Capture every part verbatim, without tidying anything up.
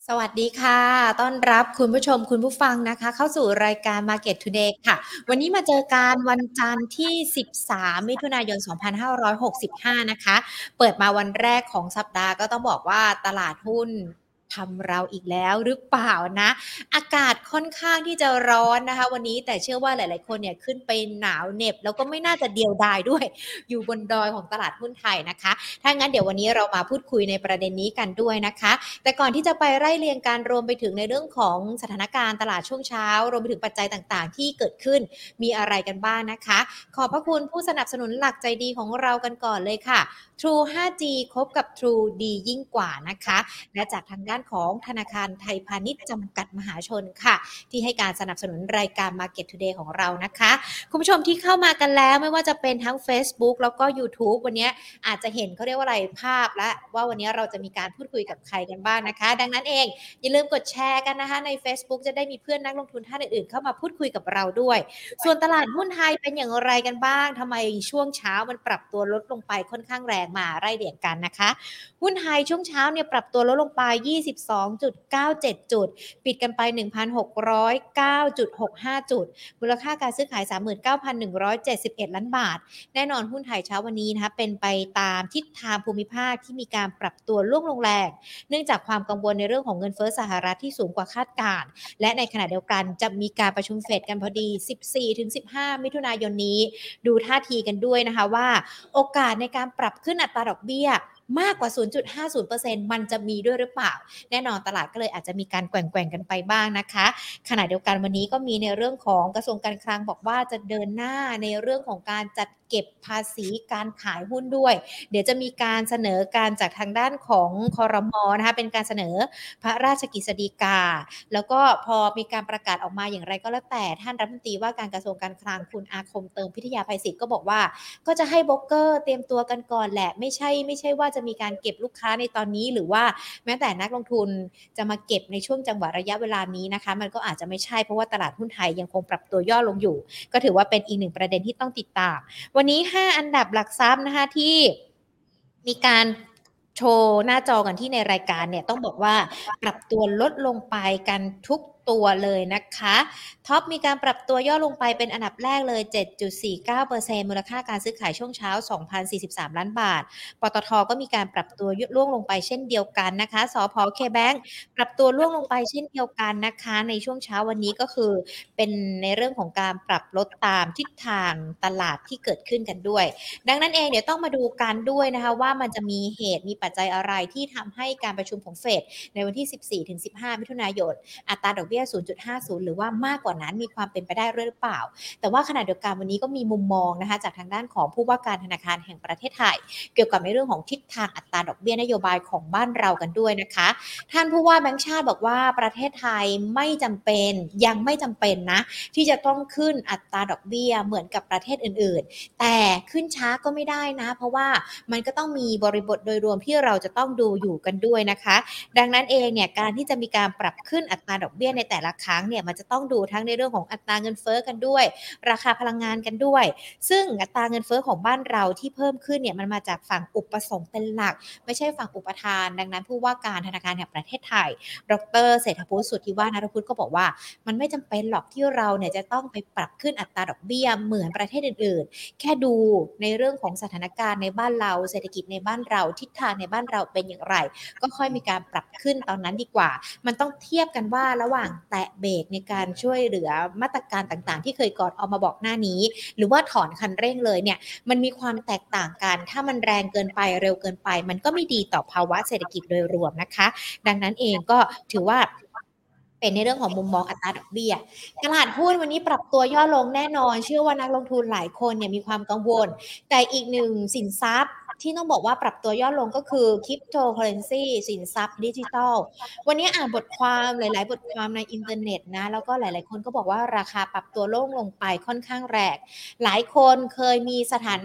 สวัสดีค่ะ ต้อนรับคุณผู้ชมคุณผู้ฟังนะคะ เข้าสู่รายการ Market Today ค่ะ วันนี้มาเจอกันวันจันทร์ที่ สิบสาม มิถุนายน สองพันห้าร้อยหกสิบห้า นะคะ เปิดมาวันแรกของสัปดาห์ก็ต้องบอกว่าตลาดหุ้นทำเราอีกแล้วหรือเปล่านะ อากาศค่อนข้างที่จะร้อนนะคะวันนี้ แต่เชื่อว่าหลาย ๆ คนเนี่ยขึ้นไปหนาวเหน็บ แล้วก็ไม่น่าจะเดียวดาย ด้วย อยู่บนดอยของตลาดหุ้นไทยนะคะ ถ้างั้นเดี๋ยววันนี้เรามาพูดคุยในประเด็นนี้กันด้วยนะคะ แต่ก่อนที่จะไปไล่เรียงกันรวมไปถึงในเรื่องของสถานการณ์ตลาดช่วงเช้ารวมไปถึงปัจจัยต่าง ๆ ที่เกิดขึ้นมีอะไรกันบ้างนะคะ ขอบพระคุณผู้สนับสนุนหลักใจดีของเรากันก่อนเลยค่ะ True ไฟว์ จี คบกับ True ดียิ่งกว่านะคะ และจากทางด้านของธนาคารไทยพาณิชย์จำกัดมหาชนค่ะ ที่ให้การสนับสนุนรายการ Market Today ของเรานะคะ คุณผู้ชมที่เข้ามากันแล้วไม่ว่าจะเป็นทั้งเฟซบุ๊กแล้วก็ยูทูบวันนี้อาจจะเห็นเขาเรียกว่าอะไรภาพแล้วว่าวันนี้เราจะมีการพูดคุยกับใครกันบ้างนะคะ ดังนั้นเองอย่าลืมกดแชร์กันนะคะในเฟซบุ๊กจะได้มีเพื่อนนักลงทุนท่านอื่นๆเข้ามาพูดคุยกับเราด้วย ส่วนตลาดหุ้นไทยเป็นอย่างไรกันบ้างทำไมช่วงเช้ามันปรับตัวลดลงไปค่อนข้างแรงมาไล่เรียงกันนะคะ หุ้นไทยช่วงเช้าเนี่ยปรับตัวลดลงไป ยี่สิบสองจุดเก้าเจ็ด จุด ปิดกันไป หนึ่งพันหกร้อยเก้าจุดหกห้า จุด มูลค่าการซื้อขาย สามหมื่นเก้าพันหนึ่งร้อยเจ็ดสิบเอ็ด ล้านบาท แน่นอนหุ้นไทยเช้าวันนี้นะคะเป็นไปตามทิศทางภูมิภาคที่มีการปรับตัวร่วงลงแรงเนื่องจากความกังวลในเรื่องของเงินเฟ้อสหรัฐที่สูงกว่าคาดการณ์และในขณะเดียวกันจะมีการประชุมเฟดกันพอดี สิบสี่ถึงสิบห้า มิถุนายนนี้ดูท่าทีกันด้วยนะคะว่าโอกาสในการปรับขึ้นอัตราดอกเบี้ยมากกว่า ศูนย์จุดห้าศูนย์เปอร์เซ็นต์ มันจะมีด้วยหรือเปล่าแน่นอนตลาดก็เลยอาจจะมีการแกว่งๆกันไปบ้างนะคะขณะเดียวกันวันนี้ก็มีในเรื่องของกระทรวงการคลังบอกว่าจะเดินหน้าในเรื่องของการจัดเก็บภาษีการขายหุ้นด้วยเดี๋ยวจะมีการเสนอการจากทางด้านของครม.นะคะเป็นการเสนอพระราชกฤษฎีกาแล้วก็พอมีการประกาศออกมาอย่างไรก็แล้วแต่ท่านรัฐมนตรีว่าการกระทรวงการคลังคุณอาคมเติมพิทยาภัยศิษย์ก็บอกว่าก็จะให้โบรกเกอร์เตรียมตัวกันก่อนแหละไม่ใช่ไม่ใช่ว่าจะมีการเก็บลูกค้าในตอนนี้หรือว่าแม้แต่นักลงทุนจะมาเก็บในช่วงจังหวะระยะเวลานี้นะคะมันก็อาจจะไม่ใช่เพราะว่าตลาดหุ้นไทยยังคงปรับตัวย่อลงอยู่ก็ถือว่าเป็นอีกหนึ่งประเด็นที่ต้องติดตามวันนี้ห้าอันดับหลักทรัพย์นะคะที่มีการโชว์หน้าจอกันที่ในรายการเนี่ยต้องบอกว่าปรับตัวลดลงไปกันทุกตัวเลยนะคะท็อปมีการปรับตัวย่อลงไปเป็นอันดับแรกเลย เจ็ดจุดสี่เก้าเปอร์เซ็นต์ มูลค่าการซื้อขายช่วงเช้า สองพันสี่สิบสาม ล้านบาทปตท.ก็มีการปรับตัวร่วงลงไปเช่นเดียวกันนะคะสผ.เคแบงก์ปรับตัวร่วงลงไปเช่นเดียวกันนะคะในช่วงเช้าวันนี้ก็คือเป็นในเรื่องของการปรับลดตามทิศทางตลาดที่เกิดขึ้นกันด้วยดังนั้นเองเดี๋ยวต้องมาดูกันด้วยนะคะว่ามันจะมีเหตุมีปัจจัยอะไรที่ทำให้การประชุมของเฟดในวันที่ สิบสี่ถึงสิบห้า มิถุนายนอัตราดอกเบี้ย ศูนย์จุดห้าศูนย์ หรือว่ามากกว่านั้นมีความเป็นไปได้หรือเปล่าแต่ว่าขณะเดียวกันวันนี้ก็มีมุมมองนะคะจากทางด้านของผู้ว่าการธนาคารแห่งประเทศไทยเกี่ยวกับในเรื่องของทิศทางอัตราดอกเบี้ยนโยบายของบ้านเรากันด้วยนะคะท่านผู้ว่าแบงก์ชาติบอกว่าประเทศไทยไม่จำเป็นยังไม่จำเป็นนะที่จะต้องขึ้นอัตราดอกเบี้ยเหมือนกับประเทศอื่นๆแต่ขึ้นช้าก็ไม่ได้นะเพราะว่ามันก็ต้องมีบริบทโดยรวมที่เราจะต้องดูอยู่กันด้วยนะคะดังนั้นเองเนี่ยการที่จะมีการปรับขึ้นอัตราดอกเบี้ยในแต่ละครั้งเนี่ยมันจะต้องดูทั้งในเรื่องของอัตราเงินเฟ้อกันด้วยราคาพลังงานกันด้วยซึ่งอัตราเงินเฟ้อของบ้านเราที่เพิ่มขึ้นเนี่ยมันมาจากฝั่งอุปสงค์เป็นหลักไม่ใช่ฝั่งอุปทานดังนั้นผู้ว่าการธนาคารแห่งประเทศไทยดรเศรษฐพุทธสุทธิวาฒนรพุทธก็บอกว่ามันไม่จำเป็นหรอกที่เราเนี่ยจะต้องไปปรับขึ้นอัตราดอกเบี้ยเหมือนประเทศอื่นๆแค่ดูในเรื่องของสถานการณ์ในบ้านเราเศรษฐกิจในบ้านเราทิศทางในบ้านเราเป็นอย่างไรก็ค่อยมีการปรับขึ้นตอนนั้นดีกว่ามันต้องเทียบกันว่าระหว่างแตะเบรกในการช่วยเหลือมาตรการต่างๆที่เคยก่อนเอามาบอกหน้านี้หรือว่าถอนคันเร่งเลยเนี่ยมันมีความแตกต่างกันถ้ามันแรงเกินไปเร็วเกินไปมันก็ไม่ดีต่อภาวะเศรษฐกิจโดยรวมนะคะดังนั้นเองก็ถือว่าเป็นในเรื่องของมุมมองอัตราดอกเบี้ยตลาดหุ้นวันนี้ปรับตัวย่อลงแน่นอนเชื่อว่านักลงทุนหลายคนเนี่ยมีความกังวลแต่อีกหนึ่งสินทรัพย์ที่ต้องบอกว่าปรับตัวย่อลงก็คือ Cryptocurrency สินทรัพย์ดิจิทัลวันนี้อ่านบทความหลายๆบทความในอินเทอร์เน็ตนะแล้วก็หลายๆคนก็บอกว่าราคาปรับตัวลงลงไปค่อนข้างแรงหลายคนเคยมีสถานะ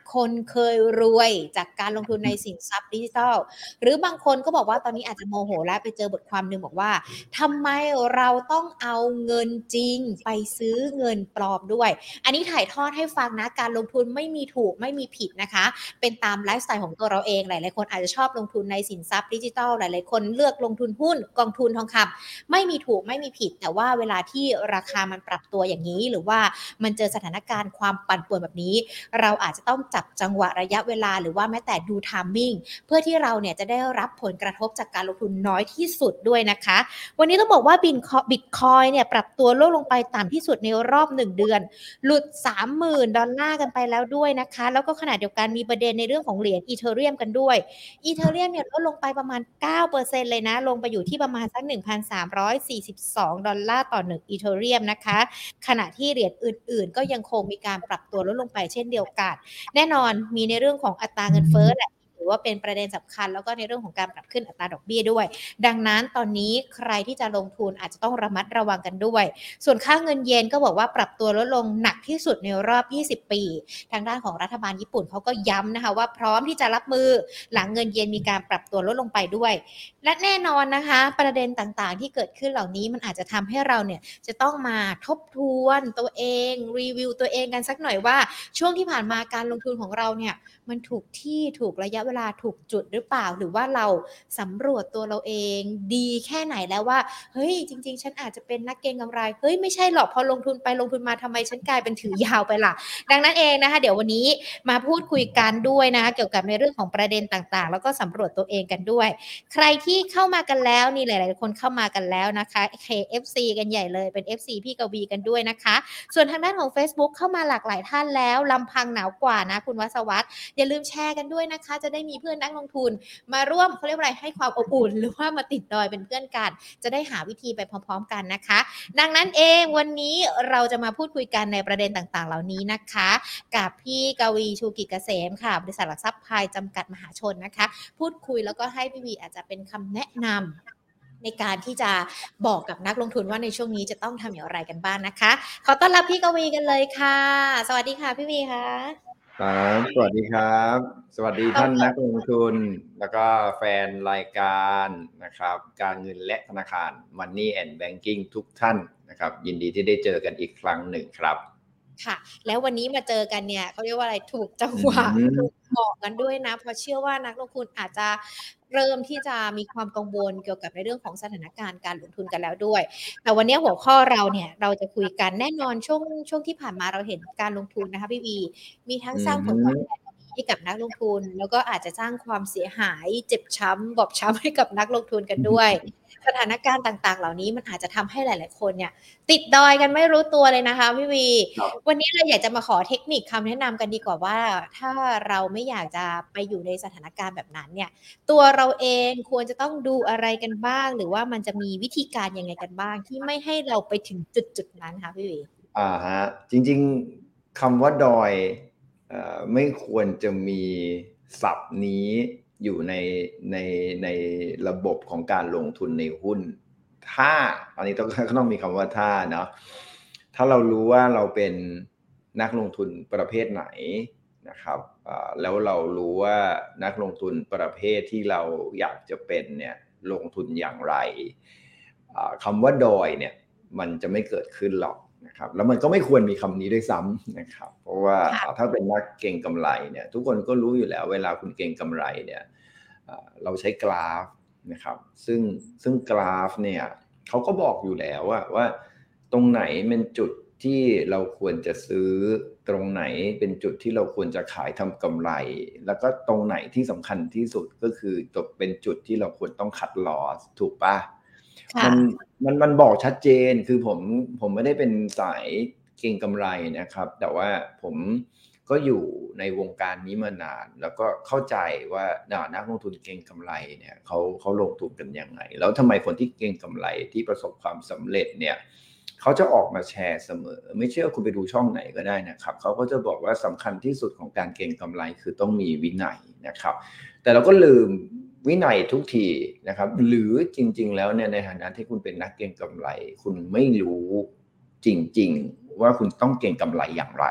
คนเคยรวยจากการลงทุนในสินทรัพย์ดิจิทัลหรือบางคนก็บอกว่าตอนนี้อาจจะโมโหแล้วไปเจอบทความนึงบอกว่าทำไมเราต้องเอาเงินจริงไปซื้อเงินปลอมด้วยอันนี้ถ่ายทอดให้ฟังนะการลงทุนไม่มีถูกไม่มีผิดนะคะเป็นตามไลฟ์สไตล์ของตัวเราเองหลายๆคนอาจจะชอบลงทุนในสินทรัพย์ดิจิทัลหลายๆคนเลือกลงทุนหุ้นกองทุนทองคำไม่มีถูกไม่มีผิดแต่ว่าเวลาที่ราคามันปรับตัวอย่างนี้หรือว่ามันเจอสถานการณ์ความปั่นป่วนแบบนี้เราอาจจะต้องจับจังหวะระยะเวลาหรือว่าแม้แต่ดูไทมิ่งเพื่อที่เราเนี่ยจะได้รับผลกระทบจากการลงทุนน้อยที่สุดด้วยนะคะวันนี้ต้องบอกว่าบิตคอยน์เนี่ยปรับตัวลดลงไปต่ำที่สุดในรอบหนึ่งเดือนหลุด สามหมื่น ดอลลาร์กันไปแล้วด้วยนะคะแล้วก็ขณะเดียวกันมีประเด็นในเรื่องของเหรียญอีเธอเรียมกันด้วยอีเธอเรียมเนี่ยลดลงไปประมาณ เก้าเปอร์เซ็นต์ เลยนะลงไปอยู่ที่ประมาณสัก หนึ่งพันสามร้อยสี่สิบสอง ดอลลาร์ต่อหนึ่งอีเธอเรียมนะคะขณะที่เหรียญอื่นๆก็ยังคงมีการปรับตัวลดลงไปเช่นเดียวกันแน่นอนมีในเรื่องของอัตราเงินเฟ้อแหละถือว่าเป็นประเด็นสำคัญแล้วก็ในเรื่องของการปรับขึ้นอัตราดอกเบี้ยด้วยดังนั้นตอนนี้ใครที่จะลงทุนอาจจะต้องระมัดระวังกันด้วยส่วนค่าเงินเยนก็บอกว่าปรับตัวลดลงหนักที่สุดในรอบยี่สิบปีทางด้านของรัฐบาลญี่ปุ่นเขาก็ย้ำนะคะว่าพร้อมที่จะรับมือหลังเงินเยนมีการปรับตัวลดลงไปด้วยและแน่นอนนะคะประเด็นต่างๆที่เกิดขึ้นเหล่านี้มันอาจจะทำให้เราเนี่ยจะต้องมาทบทวนตัวเองรีวิวตัวเองกันสักหน่อยว่าช่วงที่ผ่านมาการลงทุนของเราเนี่ยมันถูกที่ถูกระยะเวลาถูกจุดหรือเปล่าหรือว่าเราสำรวจตัวเราเองดีแค่ไหนแล้วว่าเฮ้ยจริงๆฉันอาจจะเป็นนักเก็งกำไรเฮ้ยไม่ใช่หรอกพอลงทุนไปลงทุนมาทำไมฉันกลายเป็นถือยาวไปล่ะดังนั้นเองนะคะเดี๋ยววันนี้มาพูดคุยกันด้วยนะคะเกี่ยวกับในเรื่องของประเด็นต่างๆแล้วก็สำรวจตัวเองกันด้วยใครที่เข้ามากันแล้วนี่หลายๆคนเข้ามากันแล้วนะคะ เค เอฟ ซี กันใหญ่เลยเป็น เอฟ ซี พี่กวีกันด้วยนะคะส่วนทางด้านของ Facebook เข้ามาหลากหลายท่านแล้วลำพังหนาวกว่านะคุณวศวัฒน์อย่าลืมแชร์กันด้วยนะคะจะได้มีเพื่อนนักลงทุนมาร่วมเขาเรียกว่าอะไรให้ความอบอุ่นหรือว่ามาติดดอยเป็นเพื่อนกันจะได้หาวิธีไปพร้อมๆกันนะคะดังนั้นเองวันนี้เราจะมาพูดคุยกันในประเด็นต่างๆเหล่านี้นะคะกับพี่กวีชูกิจเกษมค่ะบริษัทหลักทรัพย์พายจำกัดมหาชนนะคะพูดคุยแล้วก็ให้พี่วีอาจจะเป็นคำแนะนำในการที่จะบอกกับนักลงทุนว่าในช่วงนี้จะต้องทำอย่างไรกันบ้างนะคะขอต้อนรับพี่กวีกันเลยค่ะสวัสดีค่ะพี่วีค่ะครับสวัสดีครับสวัสดีท่านนักลงทุนแล้วก็แฟนรายการนะครับการเงินและธนาคาร Money and Banking ทุกท่านนะครับยินดีที่ได้เจอกันอีกครั้งหนึ่งครับค่ะแล้ววันนี้มาเจอกันเนี่ยเขาเรียกว่าอะไรถูกจังหวะถูกเหมาะกันด้วยนะเพราะเชื่อว่านักลงทุนอาจจะเริ่มที่จะมีความกังวลเกี่ยวกับในเรื่องของสถานการณ์การลงทุนกันแล้วด้วยแต่วันนี้หัวข้อเราเนี่ยเราจะคุยกันแน่นอนช่วงช่วงที่ผ่านมาเราเห็นการลงทุนนะคะพี่วีมีทั้งสร้างผลตอบแทนให้กับนักลงทุนแล้วก็อาจจะสร้างความเสียหายเจ็บช้ำบอบช้ำให้กับนักลงทุนกันด้วยสถานการณ์ต่างๆเหล่านี้มันอาจจะทำให้หลายๆคนเนี่ยติดดอยกันไม่รู้ตัวเลยนะคะพี่วีวันนี้เราอยากจะมาขอเทคนิคคำแนะนำกันดีกว่าว่าถ้าเราไม่อยากจะไปอยู่ในสถานการณ์แบบนั้นเนี่ยตัวเราเองควรจะต้องดูอะไรกันบ้างหรือว่ามันจะมีวิธีการยังไงกันบ้างที่ไม่ให้เราไปถึงจุดๆนั้นคะพี่วีอ่าฮะจริงๆคำว่าดอยเอ่อไม่ควรจะมีศัพท์นี้อยู่ในในในระบบของการลงทุนในหุ้นถ้าอันนี้ต้องต้องมีคำว่าถ้าเนาะถ้าเรารู้ว่าเราเป็นนักลงทุนประเภทไหนนะครับแล้วเรารู้ว่านักลงทุนประเภทที่เราอยากจะเป็นเนี่ยลงทุนอย่างไรคำว่าดอยเนี่ยมันจะไม่เกิดขึ้นหรอกนะครับแล้วมันก็ไม่ควรมีคำนี้ด้วยซ้ำนะครับเพราะว่าถ้าเป็นนักเก็งกำไรเนี่ยทุกคนก็รู้อยู่แล้วเวลาคุณเก็งกำไรเนี่ยเราใช้กราฟนะครับซึ่งซึ่งกราฟเนี่ยเขาก็บอกอยู่แล้วว่าว่าตรงไหนเป็นจุดที่เราควรจะซื้อตรงไหนเป็นจุดที่เราควรจะขายทำกำไรแล้วก็ตรงไหนที่สำคัญที่สุดก็คือตกเป็นจุดที่เราควรต้องคัดลอสถูกปะมันมันมันบอกชัดเจนคือผมผมไม่ได้เป็นสายเก็งกำไรนะครับแต่ว่าผมก็อยู่ในวงการนี้มานานแล้วก็เข้าใจว่านักลงทุนเก็งกำไรเนี่ยเขาเขาลงทุนกันยังไงแล้วทำไมคนที่เก็งกำไรที่ประสบความสำเร็จเนี่ยเขาจะออกมาแชร์เสมอไม่เชื่อคุณไปดูช่องไหนก็ได้นะครับเขาก็จะบอกว่าสำคัญที่สุดของการเก็งกำไรคือต้องมีวินัยนะครับแต่เราก็ลืมวินัยทุกทีนะครับหรือจริงๆแล้วเนี่ยในฐานะที่คุณเป็นนักเก็งกำไรคุณไม่รู้จริงๆว่าคุณต้องเก็งกำไรอย่างไร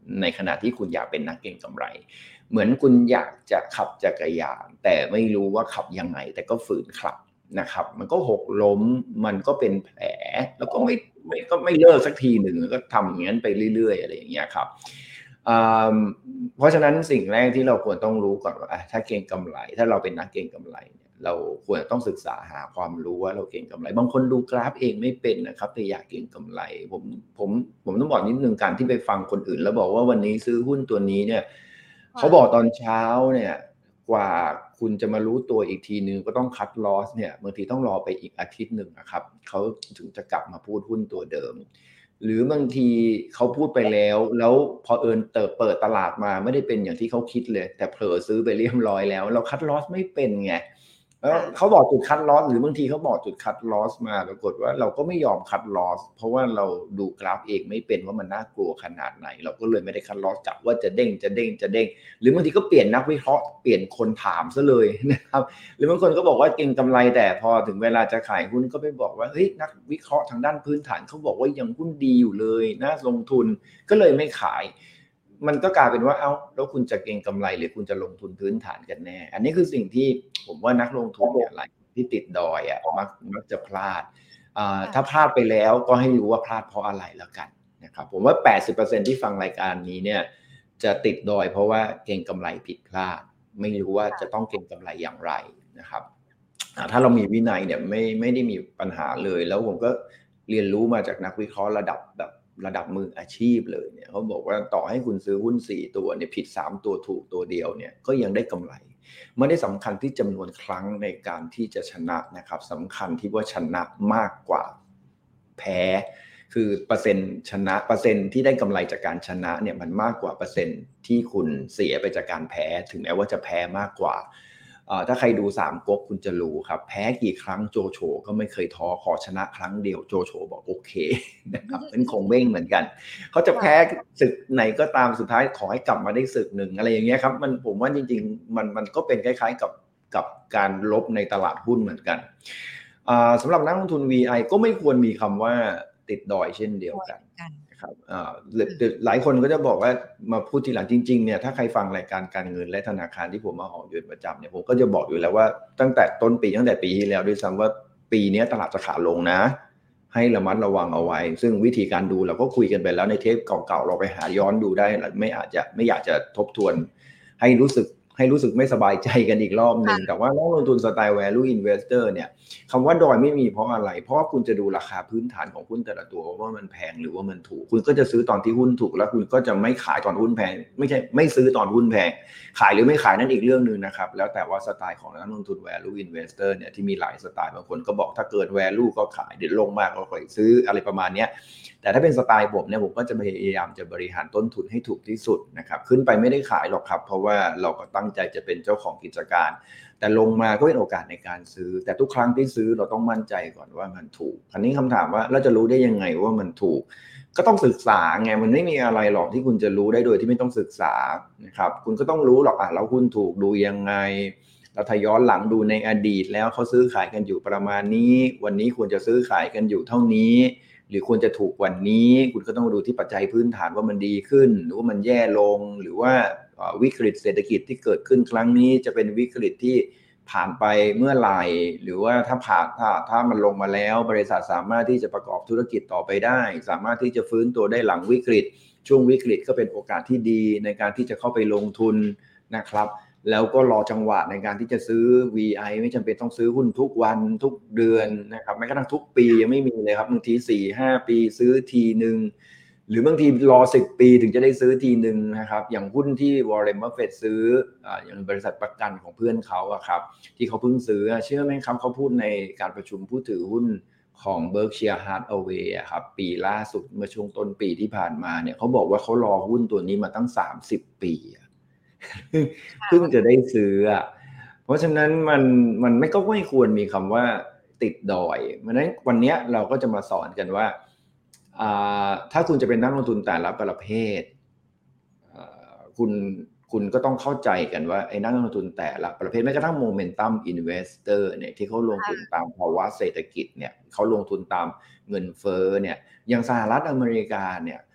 ในขณะที่คุณอยากเป็นนักเก็งกำไรเหมือนคุณอยากจะขับจักรยานแต่ไม่รู้ว่าขับยังไงแต่ก็ฝืนขับนะครับมันก็หกล้มมันก็เป็นแผลแล้วก็ไม่ไม่ก็ไม่เลิกสักทีหนึ่งก็ทำอย่างนั้นไปเรื่อยๆอะไรอย่างเงี้ยครับเพราะฉะนั้นสิ่งแรกที่เราควรต้องรู้ก่อนว่าถ้าเก็งกำไรถ้าเราเป็นนักเก็งกำไรเราควรต้องศึกษาหาความรู้ว่าเราเก็งกำไรบางคนดูกราฟเองไม่เป็นนะครับแต่อยากเก็งกำไรผมผมผมต้องบอกนิดนึงการที่ไปฟังคนอื่นแล้วบอกว่าวันนี้ซื้อหุ้นตัวนี้เนี่ยเขาบอกตอนเช้าเนี่ยกว่าคุณจะมารู้ตัวอีกทีนึงก็ต้องคัดลอสเนี่ยบางทีต้องรอไปอีกอาทิตย์หนึ่งนะครับเขาถึงจะกลับมาพูดหุ้นตัวเดิมหรือบางทีเขาพูดไปแล้วแล้วพอเอิญเติบเปิดตลาดมาไม่ได้เป็นอย่างที่เขาคิดเลยแต่เผลอซื้อไปเรียบร้อยแล้วเราคัดลอสไม่เป็นไงแล้วเขาบอกจุดคัดลอสหรือบางทีเขาบอกจุดคัดลอสมาปรากฏว่าเราก็ไม่ยอมคัดลอสเพราะว่าเราดูกราฟเองไม่เป็นว่ามันน่ากลัวขนาดไหนเราก็เลยไม่ได้คัดลอสจับว่าจะเด้งจะเด้งจะเด้งหรือบางทีก็เปลี่ยนนักวิเคราะห์เปลี่ยนคนถามซะเลยนะครับหรือบางคนก็บอกว่าเก็งกำไรแต่พอถึงเวลาจะขายหุ้นก็ไปบอกว่าเฮ้ยนักวิเคราะห์ทางด้านพื้นฐานเขาบอกว่ายังหุ้นดีอยู่เลยน่าลงทุนก็เลยไม่ขายมันก็กลายเป็นว่าเอ้าแล้วคุณจะเก็งกำไรหรือคุณจะลงทุนพื้นฐานกันแน่อันนี้คือสิ่งที่ผมว่านักลงทุนเนี่ยหลายที่ติดดอยอ่ะมักมักจะพลาดถ้าพลาดไปแล้วก็ให้รู้ว่าพลาดเพราะอะไรแล้วกันนะครับผมว่า แปดสิบเปอร์เซ็นต์ ที่ฟังรายการนี้เนี่ยจะติดดอยเพราะว่าเก็งกำไรผิดพลาดไม่รู้ว่าจะต้องเก็งกำไรอย่างไรนะครับถ้าเรามีวินัยเนี่ยไม่ไม่ได้มีปัญหาเลยแล้วผมก็เรียนรู้มาจากนักวิเคราะห์ระดับแบบระดับมืออาชีพเลยเนี่ยเขาบอกว่าต่อให้คุณซื้อหุ้นสี่ตัวเนี่ยผิดสามตัวถูกตัวเดียวเนี่ยก็ยังได้กำไรไม่ได้สำคัญที่จำนวนครั้งในการที่จะชนะนะครับสำคัญที่ว่าชนะมากกว่าแพ้คือเปอร์เซ็นต์ชนะเปอร์เซ็นต์ที่ได้กำไรจากการชนะเนี่ยมันมากกว่าเปอร์เซ็นต์ที่คุณเสียไปจากการแพ้ถึงแม้ว่าจะแพ้มากกว่าถ้าใครดูสามก๊กคุณจะรู้ครับแพ้กี่ครั้งโจโฉก็ไม่เคยท้อขอชนะครั้งเดียวโจโฉบอกโอเคนะครับเป็นคงเบ้งเหมือนกันเขาจะแพ้ศึกไหนก็ตามสุดท้ายขอให้กลับมาได้ศึกหนึ่งอะไรอย่างเงี้ยครับมันผมว่าจริงๆมันมันก็เป็นคล้ายๆกับกับการลบในตลาดหุ้นเหมือนกันสำหรับนักลงทุน วี ไอ ก็ไม่ควรมีคำว่าติดดอยเช่นเดียวกันครับหลายคนก็จะบอกว่ามาพูดทีหลังจริงๆเนี่ยถ้าใครฟังรายการการเงินและธนาคารที่ผมมาออกอยู่ประจำเนี่ยผมก็จะบอกอยู่แล้วว่าตั้งแต่ต้นปีตั้งแต่ปีที่แล้วด้วยซ้ำว่าปีนี้ตลาดจะขาลงนะให้ระมัดระวังเอาไว้ซึ่งวิธีการดูเราก็คุยกันไปแล้วในเทปเก่าๆเราไปหาย้อนดูได้ไม่อาจจะไม่อยากจะทบทวนให้รู้สึกให้รู้สึกไม่สบายใจกันอีกรอบนึงแต่ว่านักลงทุนสไตล์ value investor เนี่ยคำว่าดอยไม่มีเพราะอะไรเพราะว่าคุณจะดูราคาพื้นฐานของหุ้นแต่ละตัวว่ามันแพงหรือว่ามันถูกคุณก็จะซื้อตอนที่หุ้นถูกแล้วคุณก็จะไม่ขายตอนหุ้นแพงไม่ใช่ไม่ซื้อตอนหุ้นแพงขายหรือไม่ขายนั่นอีกเรื่องนึงนะครับแล้วแต่ว่าสไตล์ของนักลงทุน value investor เนี่ยที่มีหลายสไตล์บางคนก็บอกถ้าเกิด value ก็ขายเดี๋ยวลงมากก็ค่อยซื้ออะไรประมาณนี้แต่ถ้าเป็นสไตล์ผมเนี่ยผมก็จะพยายามจะบริหารต้นทุนให้ถูกที่สุดนะครับขึ้นไปไม่ได้ขายหรอกครับเพราะว่าเราก็ตั้งใจจะเป็นเจ้าของกิจการแต่ลงมาก็เป็นโอกาสในการซื้อแต่ทุกครั้งที่ซื้อเราต้องมั่นใจก่อนว่ามันถูกคราวนี้คำถามว่าเราจะรู้ได้ยังไงว่ามันถูกก็ต้องศึกษาไงมันไม่มีอะไรหรอกที่คุณจะรู้ได้โดยที่ไม่ต้องศึกษานะครับคุณก็ต้องรู้หรอกอ่ะแล้วหุ้นถูกดูยังไงเราถ้าย้อนหลังดูในอดีตแล้วเขาซื้อขายกันอยู่ประมาณนี้วันนี้ควรจะซื้อขายกันอยู่เท่านี้หรือควรจะถูกกว่านี้คุณก็ต้องดูที่ปัจจัยพื้นฐานว่ามันดีขึ้นหรือว่ามันแย่ลงหรือว่าวิกฤตเศรษฐกิจที่เกิดขึ้นครั้งนี้จะเป็นวิกฤตที่ผ่านไปเมื่อไหร่หรือว่าถ้าผ่านถ้าถ้ามันลงมาแล้วบริษัทสามารถที่จะประกอบธุรกิจต่อไปได้สามารถที่จะฟื้นตัวได้หลังวิกฤตช่วงวิกฤตก็เป็นโอกาสที่ดีในการที่จะเข้าไปลงทุนนะครับแล้วก็รอจังหวะในการที่จะซื้อ วี ไอ ไม่จำเป็นต้องซื้อหุ้นทุกวันทุกเดือนนะครับแม้กระทั่งทุกปียังไม่มีเลยครับบางที สี่ห้า ปีซื้อทีนึงหรือบางทีรอสิบปีถึงจะได้ซื้อทีนึงนะครับอย่างหุ้นที่วอร์เรน บัฟเฟตต์ซื้ออ่าอย่างบริษัทประกันของเพื่อนเขาอะครับที่เขาเพิ่งซื้อเชื่อไหมครับเขาพูดในการประชุมผู้ถือหุ้นของ Berkshire Hathaway อะครับปีล่าสุดเมื่อช่วงต้นปีที่ผ่านมาเนี่ยเขาบอกว่าเขารอหุ้นตัวนี้มาตั้งสามสิบปีเพิ่งจะได้ซื้ออ่ะเพราะฉะนั้นมันมันไม่ก็ไม่ควรมีคำว่าติดดอยเพราะฉะนั้นวันนี้เราก็จะมาสอนกันว่าถ้าคุณจะเป็นนักลงทุนแต่ละประเภทคุณคุณก็ต้องเข้าใจกันว่าไอ้นักลงทุนแต่ละประเภทแม้กระทั่งโมเมนตัมอินเวสเตอร์เนี่ยที่เขาลงทุนตามภาวะเศรษฐกิจเนี่ยเขาลงทุนตามเงินเฟ้อเนี่ยอย่างสหรัฐอเมริกาเนี่ย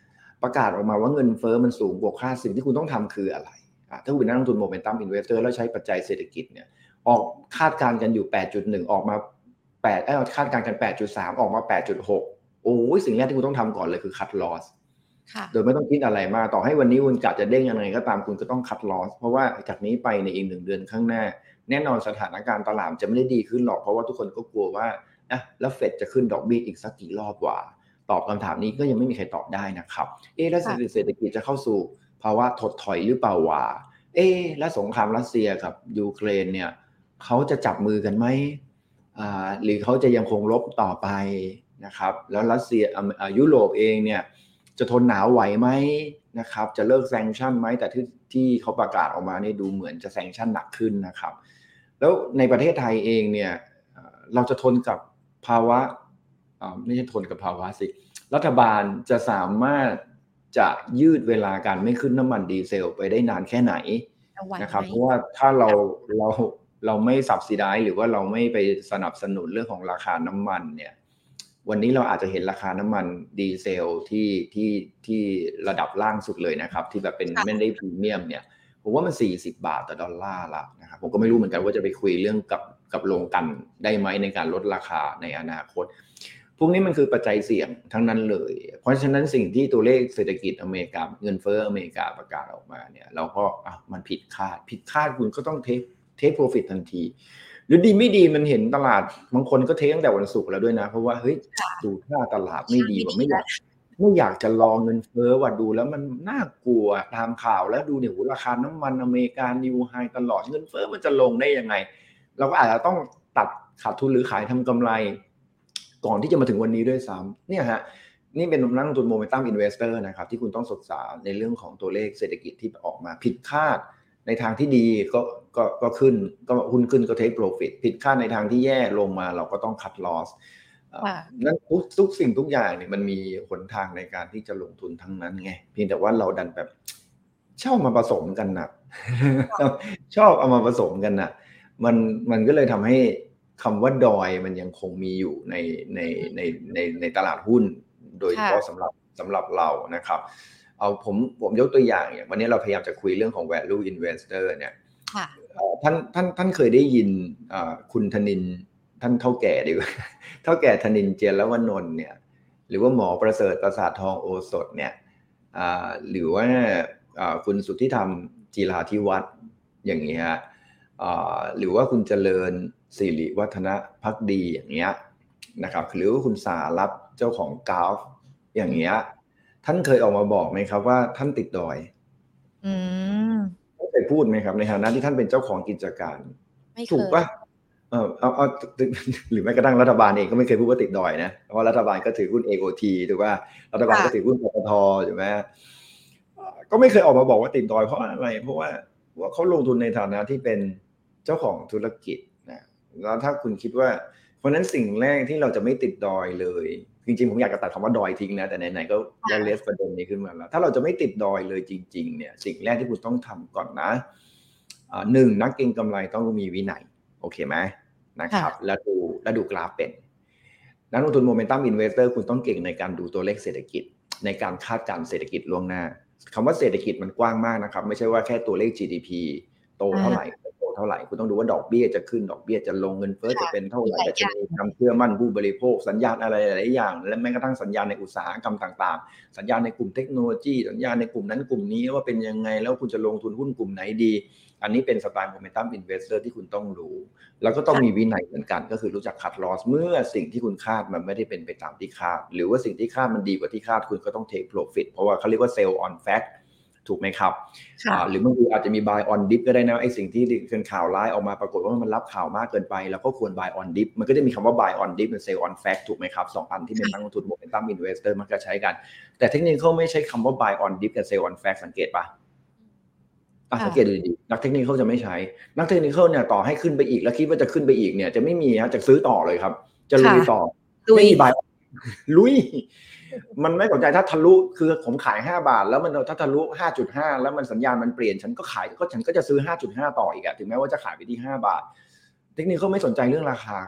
ประกาศออกมาว่าเงินเฟ้อมันสูงกว่าคาดสิ่งที่คุณต้องทำคืออะไรถ้าคุณเป็นนักลงทุนโมเมนตัมอินเวสเตอร์แล้วใช้ปัจจัยเศรษฐกิจเนี่ยออกคาดการณ์กันอยู่ แปดจุดหนึ่ง ออกมาแปดเอ้ยคาดการณ์กัน แปดจุดสาม ออกมา แปดจุดหก โอ้ยสิ่งแรกที่คุณต้องทำก่อนเลยคือ cut loss โดยไม่ต้องคิดอะไรมากต่อให้วันนี้คุณกะจะเด้งยังไงก็ตามคุณก็ต้อง cut loss เพราะว่าจากนี้ไปในอีกหนึ่งเดือนข้างหน้าแน่นอนสถานการณ์ตลาดจะไม่ได้ดีขึ้นหรอกเพราะว่าทุกคนก็กลัวว่าอ่ะแล้วเฟดจะขึ้นดอกเบี้ยอีกสักกี่รอบกว่าตอบคำถามนี้ก็ยังไม่มีใครตอบได้นะครับเอ๊ะแล้วเศรษฐกิจจะเข้าสู่ภาวะถดถอยหรือเปล่าวะเอ๊ะแล้วสงครามรัสเซียกับยูเครนเนี่ยเขาจะจับมือกันไหมอ่าหรือเขาจะยังคงรบต่อไปนะครับแล้วรัสเซียอ่ายุโรปเองเนี่ยจะทนหนาวไหวไหมนะครับจะเลิกแซงชั่นไหมแต่ที่ที่เขาประกาศออกมาเนี่ยดูเหมือนจะแซงชั่นหนักขึ้นนะครับแล้วในประเทศไทยเองเนี่ยเราจะทนกับภาวะไม่ใช่ทนกับภาวะสิรัฐบาลจะสามารถจะยืดเวลาการไม่ขึ้นน้ำมันดีเซลไปได้นานแค่ไหนนะครับเพราะว่าถ้าเราเราเราไม่ subsidize หรือว่าเราไม่ไปสนับสนุนเรื่องของราคาน้ำมันเนี่ยวันนี้เราอาจจะเห็นราคาน้ำมันดีเซลที่ที่ที่ระดับล่างสุดเลยนะครับที่แบบเป็นไม่ได้พรีเมียมเนี่ยผมว่ามันสี่สิบบาทต่อดอลลาร์ละนะครับผมก็ไม่รู้เหมือนกันว่าจะไปคุยเรื่องกับกับโรงกลั่นได้ไหมในการลดราคาในอนาคตพวกนี้มันคือปัจจัยเสี่ยงทั้งนั้นเลยเพราะฉะนั้นสิ่งที่ตัวเลขเศรษฐกิจอเมริกาเงินเฟ้ออเมริกาประกาศออกมาเนี่ยเราก็อ่ะมันผิดคาดผิดคาดคุณก็ต้องเทคเทคโปรฟิตทันทีหรือดีไม่ดีมันเห็นตลาดบางคนก็เทคตั้งแต่วันศุกร์แล้วด้วยนะเพราะว่าเฮ้ยดูท่าตลาดไม่ดีว่าไม่อยากไม่อยากจะรอเงินเฟ้อว่าดูแล้วมันน่ากลัวตามข่าวแล้วดูเนี่ยราคาน้ำมันอเมริกานิวไฮตลอดเงินเฟ้อมันจะลงได้ยังไงเราก็อาจจะต้องตัดขาดทุนหรือขายทำกำไรก่อนที่จะมาถึงวันนี้ด้วยซ้ำเนี่ยฮะนี่เป็นนักลงทุนโมเมนตัมอินเวสเตอร์นะครับที่คุณต้องศึกษาในเรื่องของตัวเลขเศรษฐกิจที่ออกมาผิดคาดในทางที่ดีก็ก็ก็ขึ้นก็หุ้นขึ้นก็เทคโปรฟิตผิดคาดในทางที่แย่ลงมาเราก็ต้องคัทลอสนั้นทุกทุกสิ่งทุกอย่างเนี่ยมันมีหนทางในการที่จะลงทุนทั้งนั้นไงเพียงแต่ว่าเราดันแบบชอบมาผสมกันนะชอบเอามาผสมกันนะมันมันก็เลยทำให้คำว่าดอยมันยังคงมีอยู่ในในในในในตลาดหุ้นโดยเฉพาะสำหรับสำหรับเรานะครับเอาผมผมยกตัวอย่างอย่างวันนี้เราพยายามจะคุยเรื่องของ value investor เนี่ยท่านท่านท่านเคยได้ยินคุณธนินทร์ท่านเฒ่าแก่ดีกว่าเฒ่าแก่ธนินทร์เจียรวนนท์เนี่ยหรือว่าหมอประเสริฐประสาททองโอสถเนี่ยหรือว่าคุณสุทธิธรรมจีราธิวัฒน์อย่างเงี้ยหรือว่าคุณเจริญสิริวัฒนภักดีอย่างเงี้ยนะครับหรือว่าคุณสารัตน์เจ้าของกราฟอย่างเงี้ยท่านเคยออกมาบอกไหมครับว่าท่านติดดอยอืมท่านเคยพูดไหมครับในฐานะที่ท่านเป็นเจ้าของกิจการถูกป่ะเออเอาเอาหรือแม้กระทั่งรัฐบาลเองก็ไม่เคยพูดว่าติดดอยนะเพราะรัฐบาลก็ถือหุ้น เอ โอ ที ถูกป่ะรัฐบาลก็ถือหุ้นปตท.ถูกไหมก็ไม่เคยออกมาบอกว่าติดดอยเพราะอะไรเพราะว่าว่าเขาลงทุนในฐานะที่เป็นเจ้าของธุรกิจนะแล้วถ้าคุณคิดว่าเพราะนั้นสิ่งแรกที่เราจะไม่ติดดอยเลยจริงๆผมอยากจะตัดคำว่าดอยทิ้งนะแต่ไหนๆก็ได้เลสประเด็นนี้ขึ้นมาแล้วถ้าเราจะไม่ติดดอยเลยจริงๆเนี่ยสิ่งแรกที่คุณต้องทำก่อนนะหนึ่งนักเก็งกำไรต้องมีวินัยโอเคไหมนะครับแล้วดูแล้วดูกราฟเป็นนักลงทุนโมเมนตัมอินเวสเตอร์คุณต้องเก่งในการดูตัวเลขเศรษฐกิจในการคาดการณ์เศรษฐกิจล่วงหน้าคำว่าเศรษฐกิจมันกว้างมากนะครับไม่ใช่ว่าแค่ตัวเลข จี ดี พี โตเท่าไหร่โตเท่าไหร่คุณต้องดูว่าดอกเบี้ยจะขึ้นดอกเบี้ยจะลงเงินเฟ้อจะเป็นเท่าไหร่ดัชนีความเชื่อมั่นผู้บริโภคสัญญาณอะไรหลายอย่างและแม้กระทั่งสัญญาณในอุตสาหกรรมต่างๆสัญญาณในกลุ่มเทคโนโลยีสัญญาณในกลุ่มนั้นกลุ่มนี้ว่าเป็นยังไงแล้วคุณจะลงทุนหุ้นกลุ่มไหนดีอันนี้เป็นสไตล์โมเมนตัมอินเวสเตอร์ที่คุณต้องรู้แล้วก็ต้องมีวินัยเหมือนกันก็คือรู้จักคัทลอสเมื่อสิ่งที่คุณคาดมันไม่ได้เป็นไปตามที่คาดหรือว่าสิ่งที่คาดมันดีกว่าที่คาดคุณก็ต้องเทคโปรฟิตเพราะว่าเขาเรียกว่าเซลล์ออนแฟกต์ถูกไหมครับหรือบางทีอาจจะมี buy on dip ก็ได้นะไอ้สิ่งที่เป็นข่าวร้ายออกมาปรากฏว่ามันรับข่าวมากเกินไปแล้วก็ควร buy on dip มันก็จะมีคำว่า buy on dip เป็น sell on fact ถูกไหมครับสองอันที่เป็นนักลงทุน momentum investor มันก็ใช้กันแต่เทคนิคเขาไม่ใช้คำว่า buy on dip กับ sell on fact สังเกตป่ะสังเกตดูดีนักเทคนิคเขาจะไม่ใช้นักเทคนิคเนี่ยต่อให้ขึ้นไปอีกแล้วคิดว่าจะขึ้นไปอีกเนี่ยจะไม่มีฮะจะซื้อต่อเลยครับจะลุยต่อไม่มี buy ลุยมันไม่สนใจถ้าทะลุคือผมขายห้าบาทแล้วมันถ้าทะลุ ห้าจุดห้า แล้วมันสัญญาณมันเปลี่ยนฉันก็ขายก็ฉันก็จะซื้อ ห้าจุดห้า ต่ออีกอะถึงแม้ว่าจะขายไปที่ห้าบาทเทคนิคเขาไม่สนใจเรื่องราคาครับ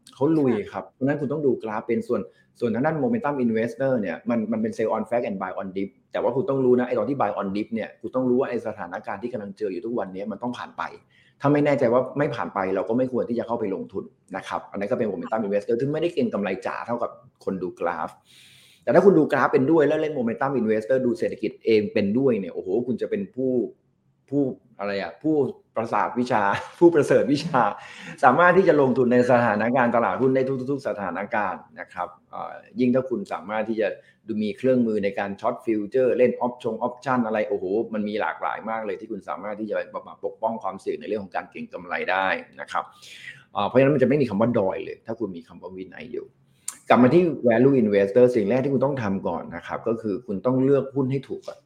เขาลุยค่ะครับเพราะฉะนั้นคุณต้องดูกราฟเป็นส่วนส่วนทางด้าน Momentum Investor เนี่ยมันมันเป็น Sell on Fact and Buy on Dip แต่ว่าคุณต้องรู้นะไอ้ตอนที่ Buy on Dip เนี่ยคุณต้องรู้ว่าไอ้สถานการณ์ที่กำลังเจออยู่ทุกวันนี้มันต้องผ่านไปถ้าไม่แน่ใจว่าไม่ผ่านไปเราก็ไม่ควรที่จะเข้าไปลงทุนนะครับอันนั้นก็เป็น Momentum Investor ซึ่งไม่ได้เก็งกำไรจ๋าเท่ากับคนดูกราฟแต่ถ้าคุณดูกราฟเป็นด้วยแล้วเล่น Momentum Investor ดูเศรษฐกิจเองเป็นด้วยเนี่ยโอ้โหคุณจะเป็นผู้ผู้อะไรอ่ะผู้ประสาทวิชาผู้ประเสริฐวิชาสามารถที่จะลงทุนในสถานการณ์ตลาดหุ้นได้ทุกๆสถานการณ์นะครับยิ่งถ้าคุณสามารถที่จะดูมีเครื่องมือในการช็อตฟิวเจอร์เล่นออปชงออปชั่นอะไรโอ้โหมันมีหลากหลายมากเลยที่คุณสามารถที่จะมาปกป้องความเสี่ยงในเรื่องของการเก็งกำไรได้นะครับเพราะฉะนั้นมันจะไม่มีคำว่าดอยเลยถ้าคุณมีคำว่าวินัยอยู่กลับมาที่ value investor สิ่งแรกที่คุณต้องทำก่อนนะครับก็คือคุณต้องเลือกหุ้นให้ถูกก่อน